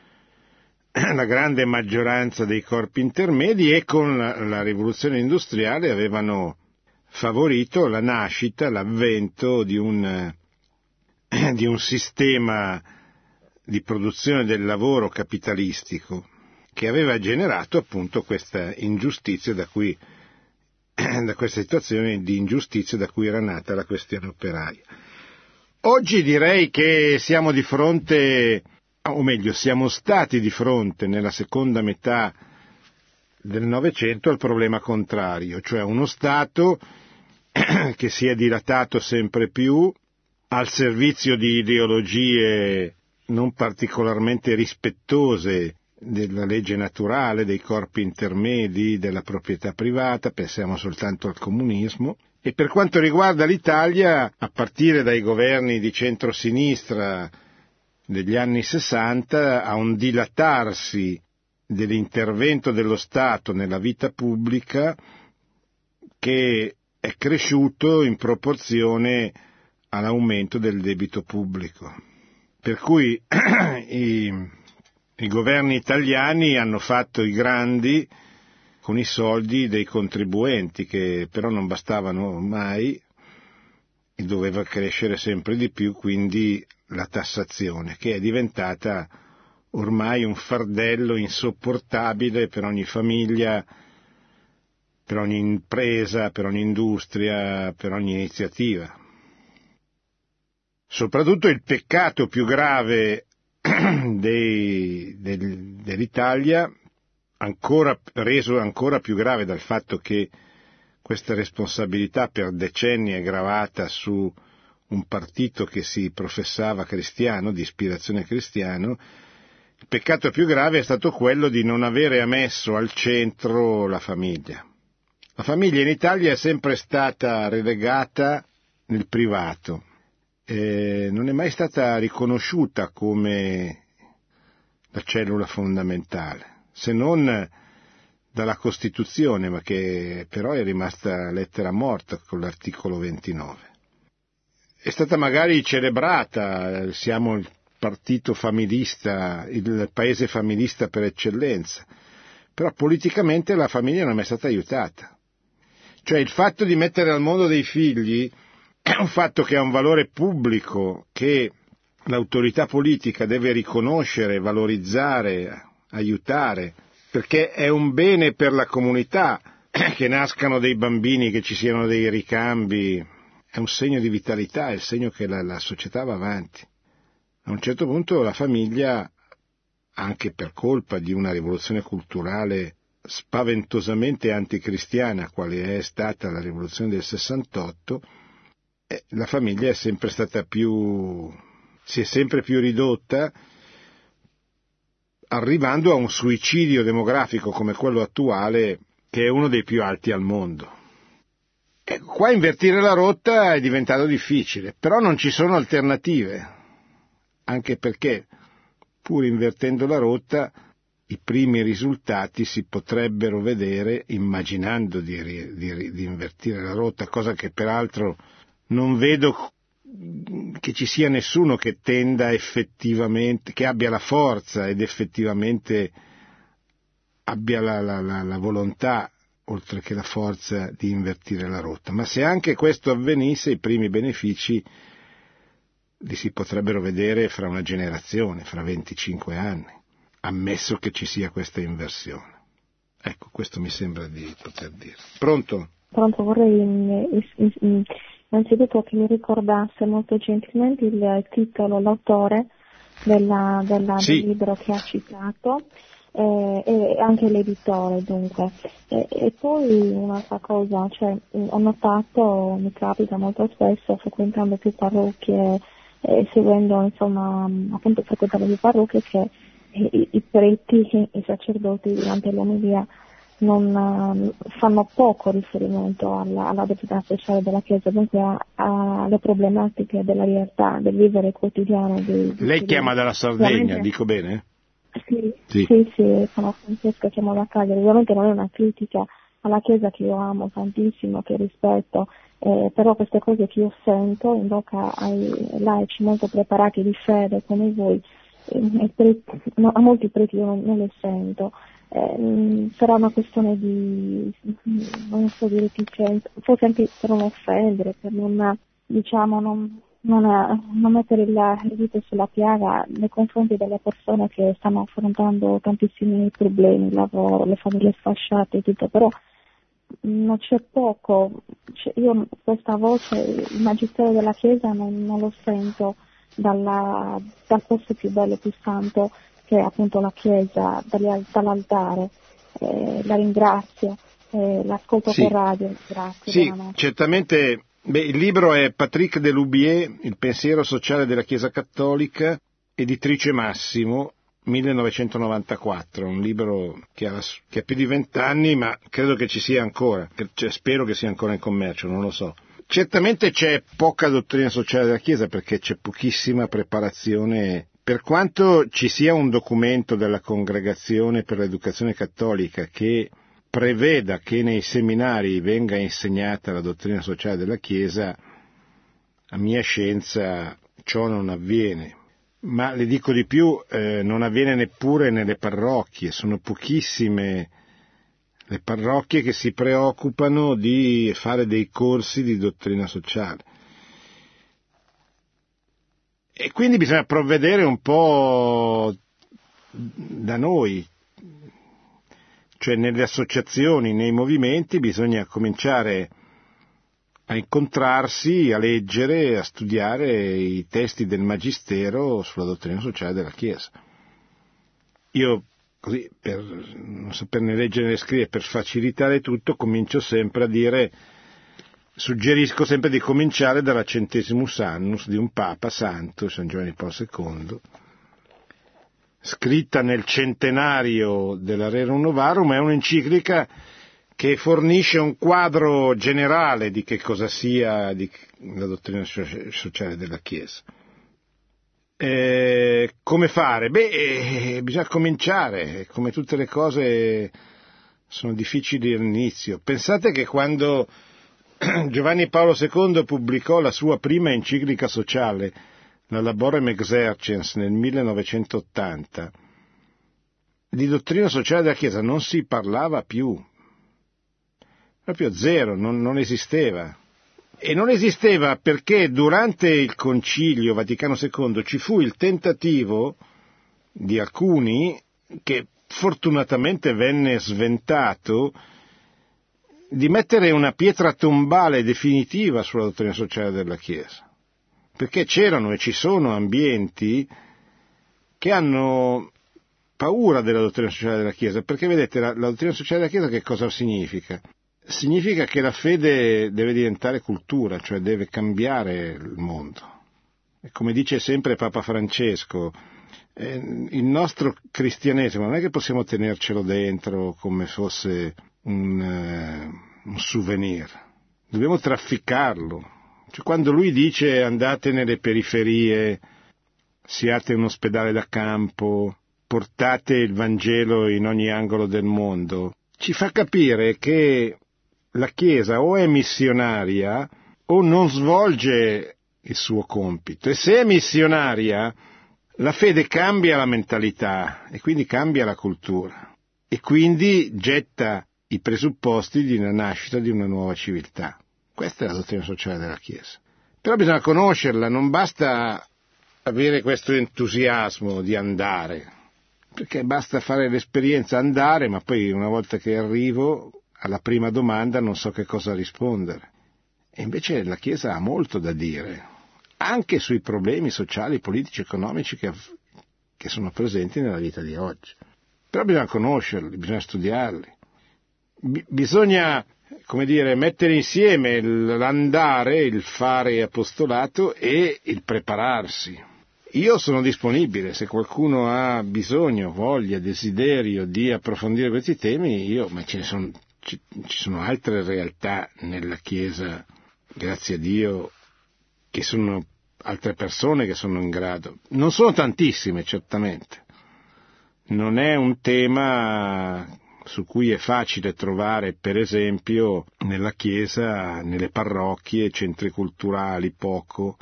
la grande maggioranza dei corpi intermedi e con la, la rivoluzione industriale avevano favorito la nascita, l'avvento di un, di un sistema di produzione del lavoro capitalistico che aveva generato appunto questa ingiustizia da cui, da questa situazione di ingiustizia da cui era nata la questione operaia. Oggi direi che siamo di fronte, o meglio, siamo stati di fronte nella seconda metà del Novecento al problema contrario, cioè uno Stato che si è dilatato sempre più al servizio di ideologie non particolarmente rispettose della legge naturale, dei corpi intermedi, della proprietà privata, pensiamo soltanto al comunismo. E per quanto riguarda l'Italia, a partire dai governi di centrosinistra degli anni sessanta, a un dilatarsi dell'intervento dello Stato nella vita pubblica che è cresciuto in proporzione all'aumento del debito pubblico. Per cui i, i governi italiani hanno fatto i grandi con i soldi dei contribuenti, che però non bastavano mai e doveva crescere sempre di più, quindi la tassazione, che è diventata ormai un fardello insopportabile per ogni famiglia, per ogni impresa, per ogni industria, per ogni iniziativa. Soprattutto il peccato più grave dei, del, dell'Italia, ancora, reso ancora più grave dal fatto che questa responsabilità per decenni è gravata su un partito che si professava cristiano, di ispirazione cristiano. Il peccato più grave è stato quello di non avere messo al centro la famiglia. La famiglia in Italia è sempre stata relegata nel privato, eh, non è mai stata riconosciuta come la cellula fondamentale, se non dalla Costituzione, ma che però è rimasta lettera morta con l'articolo ventinove. È stata magari celebrata, siamo il partito familista, il paese familista per eccellenza, però politicamente la famiglia non è mai stata aiutata. Cioè il fatto di mettere al mondo dei figli è un fatto che ha un valore pubblico, che l'autorità politica deve riconoscere, valorizzare, aiutare, perché è un bene per la comunità che nascano dei bambini, che ci siano dei ricambi, è un segno di vitalità, è il segno che la, la società va avanti. A un certo punto la famiglia, anche per colpa di una rivoluzione culturale spaventosamente anticristiana, quale è stata la rivoluzione del sessantotto, eh, la famiglia è sempre stata più, si è sempre più ridotta, arrivando a un suicidio demografico come quello attuale, che è uno dei più alti al mondo. E qua invertire la rotta è diventato difficile, però non ci sono alternative, anche perché, pur invertendo la rotta, i primi risultati si potrebbero vedere immaginando di, di, di invertire la rotta, cosa che peraltro non vedo che ci sia nessuno che tenda effettivamente, che abbia la forza ed effettivamente abbia la, la, la, la volontà, oltre che la forza, di invertire la rotta. Ma se anche questo avvenisse, i primi benefici li si potrebbero vedere fra una generazione, fra venticinque anni, ammesso che ci sia questa inversione. Ecco, questo mi sembra di poter dire. Pronto? Pronto, vorrei innanzitutto che mi ricordasse molto gentilmente il titolo, l'autore della, della, sì. del libro che ha citato, eh, e anche l'editore dunque. E, e poi un'altra cosa, cioè, ho notato, mi capita molto spesso frequentando più parrocchie e seguendo insomma appunto frequentando più parrocchie che i, i preti, i sacerdoti durante l'omelia non uh, fanno poco riferimento alla, alla dottrina sociale della Chiesa, dunque alle problematiche della realtà, del vivere quotidiano. Di, di Lei chiama dalla Sardegna, ovviamente, dico bene? Sì, sì, sì, sì, sono Francesca, chiamo da Cagliari. Ovviamente non è una critica alla Chiesa che io amo tantissimo, che rispetto, eh, però queste cose che io sento in bocca ai laici molto preparati di fede come voi, eh, preti, no, a molti preti io non, non le sento. Eh, sarà una questione di, non so, di reticenza, forse anche per non offendere, per non, diciamo, non, non, non mettere il, il dito sulla piaga nei confronti delle persone che stanno affrontando tantissimi problemi, il lavoro, le famiglie sfasciate e tutto, però non c'è poco, cioè, io questa voce, il magistero della Chiesa non, non lo sento dalla, dal posto più bello e più santo che è appunto la Chiesa, dall'altare. Eh, la ringrazio, eh, l'ascolto sì. per radio, grazie. Sì, certamente. Beh, il libro è Patrick Deloubier, Il pensiero sociale della Chiesa Cattolica, editrice Massimo, millenovecentonovantaquattro, un libro che ha, che ha più di vent'anni, ma credo che ci sia ancora, cioè, spero che sia ancora in commercio, non lo so. Certamente c'è poca dottrina sociale della Chiesa perché c'è pochissima preparazione. Per quanto ci sia un documento della Congregazione per l'Educazione Cattolica che preveda che nei seminari venga insegnata la dottrina sociale della Chiesa, a mia scienza ciò non avviene. Ma le dico di più, eh, non avviene neppure nelle parrocchie, sono pochissime le parrocchie che si preoccupano di fare dei corsi di dottrina sociale. E quindi bisogna provvedere un po' da noi, cioè nelle associazioni, nei movimenti bisogna cominciare a incontrarsi, a leggere, a studiare i testi del Magistero sulla dottrina sociale della Chiesa. Io, così, per non saperne leggere né scrivere, per facilitare tutto, comincio sempre a dire, suggerisco sempre di cominciare dalla Centesimus Annus di un Papa Santo, San Giovanni Paolo secondo, scritta nel centenario della Rerum Novarum, è un'enciclica che fornisce un quadro generale di che cosa sia di la dottrina sociale della Chiesa. Eh, come fare? Beh, eh, bisogna cominciare, come tutte le cose sono difficili all'inizio. Pensate che quando Giovanni Paolo secondo pubblicò la sua prima enciclica sociale, la Laborem Exercens, nel millenovecentottanta, di dottrina sociale della Chiesa non si parlava più, proprio zero, non, non esisteva. E non esisteva perché durante il Concilio Vaticano secondo ci fu il tentativo di alcuni, che fortunatamente venne sventato, di mettere una pietra tombale definitiva sulla dottrina sociale della Chiesa, perché c'erano e ci sono ambienti che hanno paura della dottrina sociale della Chiesa, perché vedete, la, la dottrina sociale della Chiesa che cosa significa? Significa che la fede deve diventare cultura, cioè deve cambiare il mondo. E come dice sempre Papa Francesco, eh, il nostro cristianesimo non è che possiamo tenercelo dentro come fosse un, uh, un souvenir, dobbiamo trafficarlo. Cioè, quando lui dice andate nelle periferie, siate un ospedale da campo, portate il Vangelo in ogni angolo del mondo, ci fa capire che la Chiesa o è missionaria o non svolge il suo compito, e se è missionaria la fede cambia la mentalità e quindi cambia la cultura e quindi getta i presupposti di una nascita di una nuova civiltà. Questa è la dottrina sociale della Chiesa. Però bisogna conoscerla, non basta avere questo entusiasmo di andare, perché basta fare l'esperienza, andare, ma poi una volta che arrivo alla prima domanda non so che cosa rispondere. E invece la Chiesa ha molto da dire, anche sui problemi sociali, politici, economici che, che sono presenti nella vita di oggi. però bisogna conoscerli, bisogna studiarli. B- bisogna, come dire, mettere insieme l'andare, il fare apostolato e il prepararsi. Io sono disponibile, se qualcuno ha bisogno, voglia, desiderio di approfondire questi temi, io, ma ce ne sono, ci, ci sono altre realtà nella Chiesa, grazie a Dio, che sono altre persone che sono in grado. Non sono tantissime, certamente. Non è un tema su cui è facile trovare, per esempio, nella Chiesa, nelle parrocchie, centri culturali, poco,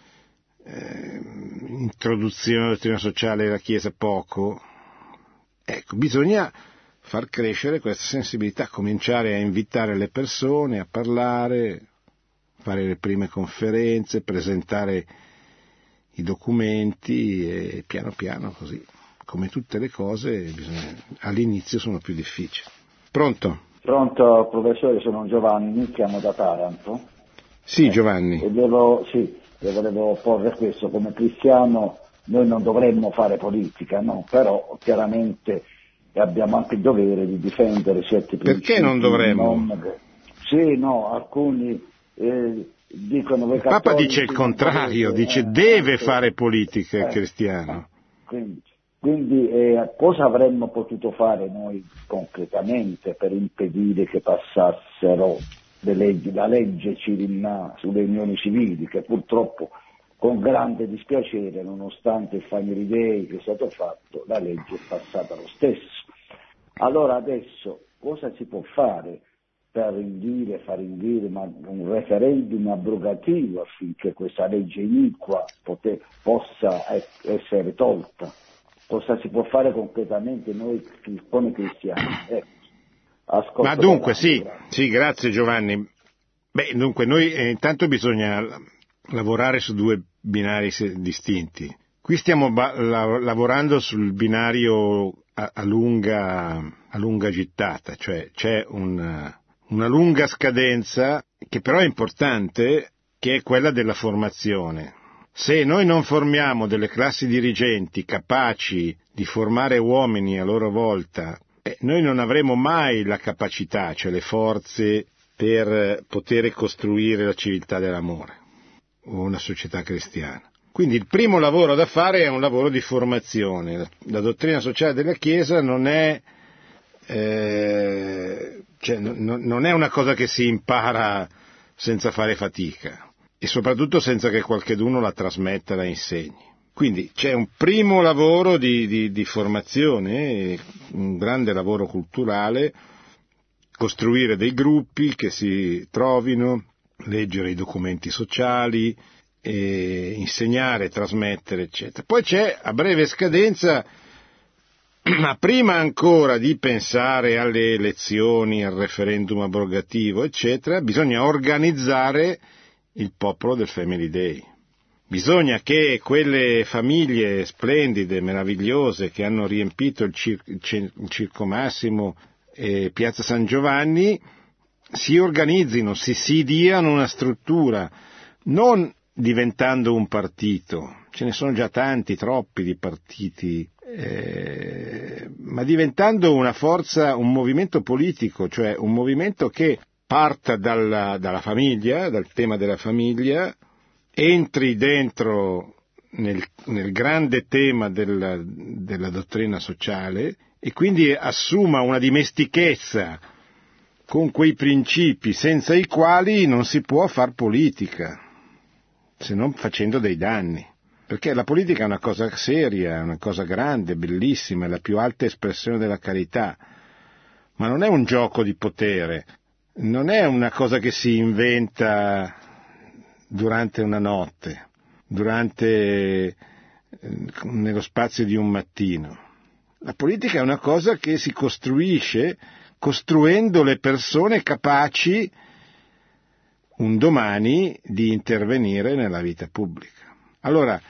eh, introduzione alla dottrina sociale della Chiesa, poco. Ecco, bisogna far crescere questa sensibilità, cominciare a invitare le persone a parlare, fare le prime conferenze, presentare i documenti e piano piano così. Come tutte le cose, bisogna, all'inizio sono più difficili. Pronto? Pronto, professore, sono Giovanni, chiamo da Taranto. Sì, eh, Giovanni. E devo, sì, e volevo porre questo, come cristiano noi non dovremmo fare politica, no? Però chiaramente abbiamo anche il dovere di difendere certi principi. Perché non dovremmo? Non... Sì, no, alcuni eh, dicono... Voi il Papa dice il contrario, dovete, dice eh, deve anche, fare politica il eh, cristiano. Quindi, Quindi eh, cosa avremmo potuto fare noi concretamente per impedire che passassero le leggi, la legge Cirinna sulle unioni civili, che purtroppo con grande dispiacere, nonostante il Family Day che è stato fatto, la legge è passata lo stesso. Allora adesso cosa si può fare per indire, far indire una, un referendum abrogativo affinché questa legge iniqua poter, possa essere tolta? Cosa si può fare concretamente noi come cristiani? Ecco, Ma dunque sì, sì, grazie Giovanni. Beh, dunque noi eh, intanto bisogna lavorare su due binari distinti. Qui stiamo ba- la- lavorando sul binario a, a, lunga, a lunga gittata, cioè c'è una, una lunga scadenza che però è importante, che è quella della formazione. Se noi non formiamo delle classi dirigenti capaci di formare uomini a loro volta, eh, noi non avremo mai la capacità, cioè le forze per poter costruire la civiltà dell'amore o una società cristiana. Quindi il primo lavoro da fare è un lavoro di formazione. La, la dottrina sociale della Chiesa non è, eh, cioè, no, non è una cosa che si impara senza fare fatica. E soprattutto senza che qualcheduno la trasmetta, la insegni. Quindi c'è un primo lavoro di, di, di formazione, un grande lavoro culturale, costruire dei gruppi che si trovino, leggere i documenti sociali, e insegnare, trasmettere, eccetera. Poi c'è a breve scadenza, ma prima ancora di pensare alle elezioni, al referendum abrogativo, eccetera, bisogna organizzare il popolo del Family Day. Bisogna che quelle famiglie splendide, meravigliose, che hanno riempito il, cir- il Circo Massimo e Piazza San Giovanni, si organizzino, si, si diano una struttura, non diventando un partito, ce ne sono già tanti, troppi di partiti, eh, ma diventando una forza, un movimento politico, cioè un movimento che parta dalla, dalla famiglia, dal tema della famiglia, entri dentro nel, nel grande tema della, della dottrina sociale e quindi assuma una dimestichezza con quei principi senza i quali non si può far politica, se non facendo dei danni. Perché la politica è una cosa seria, è una cosa grande, bellissima, è la più alta espressione della carità, ma non è un gioco di potere. Non è una cosa che si inventa durante una notte, durante, nello spazio di un mattino. La politica è una cosa che si costruisce costruendo le persone capaci un domani di intervenire nella vita pubblica. Allora,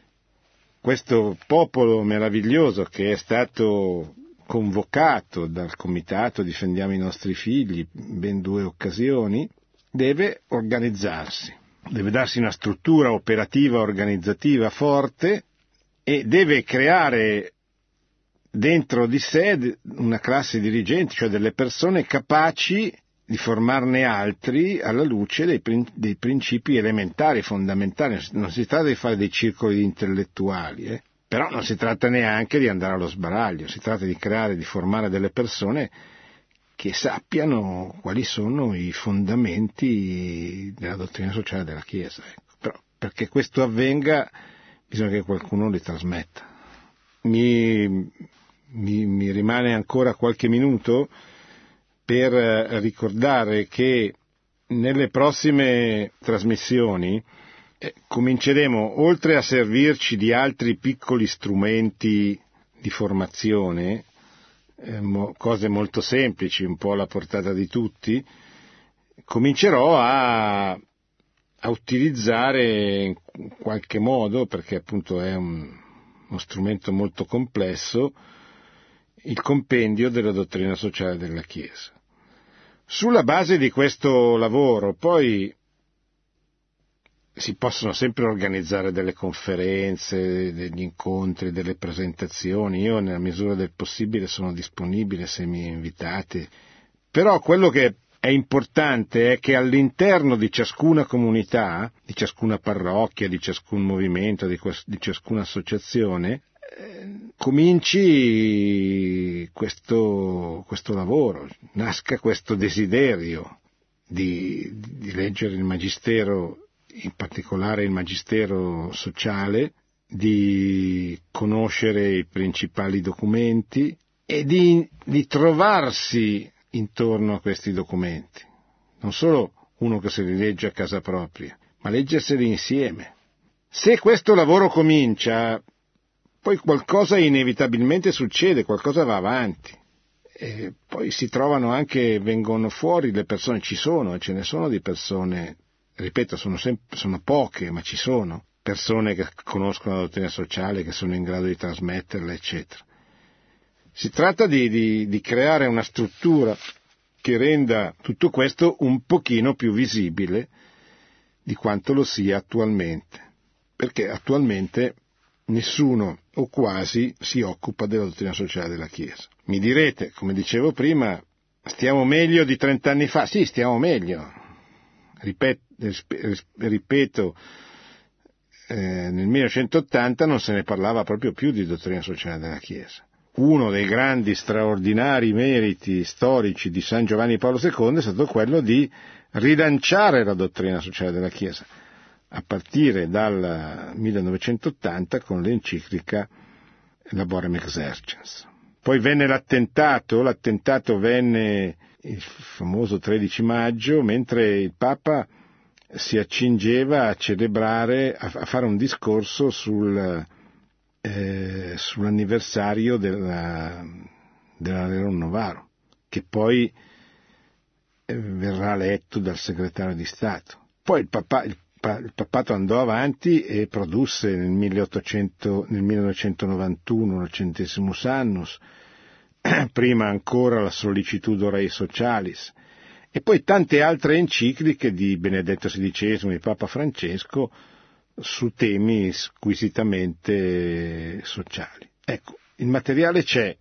questo popolo meraviglioso che è stato convocato dal comitato Difendiamo i nostri figli in ben due occasioni, deve organizzarsi, deve darsi una struttura operativa, organizzativa forte e deve creare dentro di sé una classe dirigente, cioè delle persone capaci di formarne altri alla luce dei, dei principi elementari, fondamentali. Non si tratta di fare dei circoli di intellettuali, eh? Però non si tratta neanche di andare allo sbaraglio, si tratta di creare, di formare delle persone che sappiano quali sono i fondamenti della dottrina sociale della Chiesa. Ecco. Però perché questo avvenga bisogna che qualcuno li trasmetta. Mi, mi, mi rimane ancora qualche minuto per ricordare che nelle prossime trasmissioni eh, cominceremo, oltre a servirci di altri piccoli strumenti di formazione, eh, mo, cose molto semplici, un po' alla portata di tutti, comincerò a, a utilizzare in qualche modo, perché appunto è un, uno strumento molto complesso, il compendio della dottrina sociale della Chiesa. Sulla base di questo lavoro poi si possono sempre organizzare delle conferenze, degli incontri, delle presentazioni. Io nella misura del possibile sono disponibile se mi invitate. Però quello che è importante è che all'interno di ciascuna comunità, di ciascuna parrocchia, di ciascun movimento, di, di ciascuna associazione, cominci questo, questo lavoro, nasca questo desiderio di, di leggere il Magistero, in particolare il Magistero sociale, di conoscere i principali documenti e di, di trovarsi intorno a questi documenti. Non solo uno che se li legge a casa propria, ma leggerseli insieme. Se questo lavoro comincia, poi qualcosa inevitabilmente succede, qualcosa va avanti. E poi si trovano anche, vengono fuori le persone, ci sono, e ce ne sono di persone, ripeto, sono, sempre, sono poche, ma ci sono, persone che conoscono la dottrina sociale, che sono in grado di trasmetterla, eccetera. Si tratta di, di, di creare una struttura che renda tutto questo un pochino più visibile di quanto lo sia attualmente, perché attualmente nessuno o quasi si occupa della dottrina sociale della Chiesa. Mi direte, come dicevo prima, stiamo meglio di trent'anni fa? Sì, stiamo meglio. Ripeto, ripeto eh, nel millenovecentottanta non se ne parlava proprio più di dottrina sociale della Chiesa. Uno dei grandi straordinari meriti storici di San Giovanni Paolo secondo è stato quello di rilanciare la dottrina sociale della Chiesa, a partire dal millenovecentottanta con l'enciclica Laborem Exercens. Poi venne l'attentato, l'attentato venne il famoso tredici maggio, mentre il Papa si accingeva a celebrare, a, a fare un discorso sul, eh, sull'anniversario della, della Rerum Novarum, che poi eh, verrà letto dal segretario di Stato. Poi il Papa, il Il papato andò avanti e produsse nel, milleottocento, nel millenovecentonovantuno il Centesimus Annus, prima ancora la Sollicitudo Rei Socialis, e poi tante altre encicliche di Benedetto sedicesimo, di Papa Francesco, su temi squisitamente sociali. Ecco, il materiale c'è,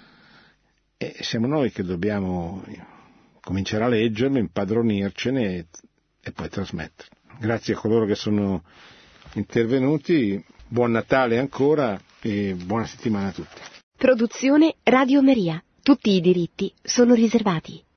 e siamo noi che dobbiamo cominciare a leggerlo, impadronircene e, e poi trasmetterlo. Grazie a coloro che sono intervenuti, buon Natale ancora e buona settimana a tutti. Produzione Radio Maria. Tutti i diritti sono riservati.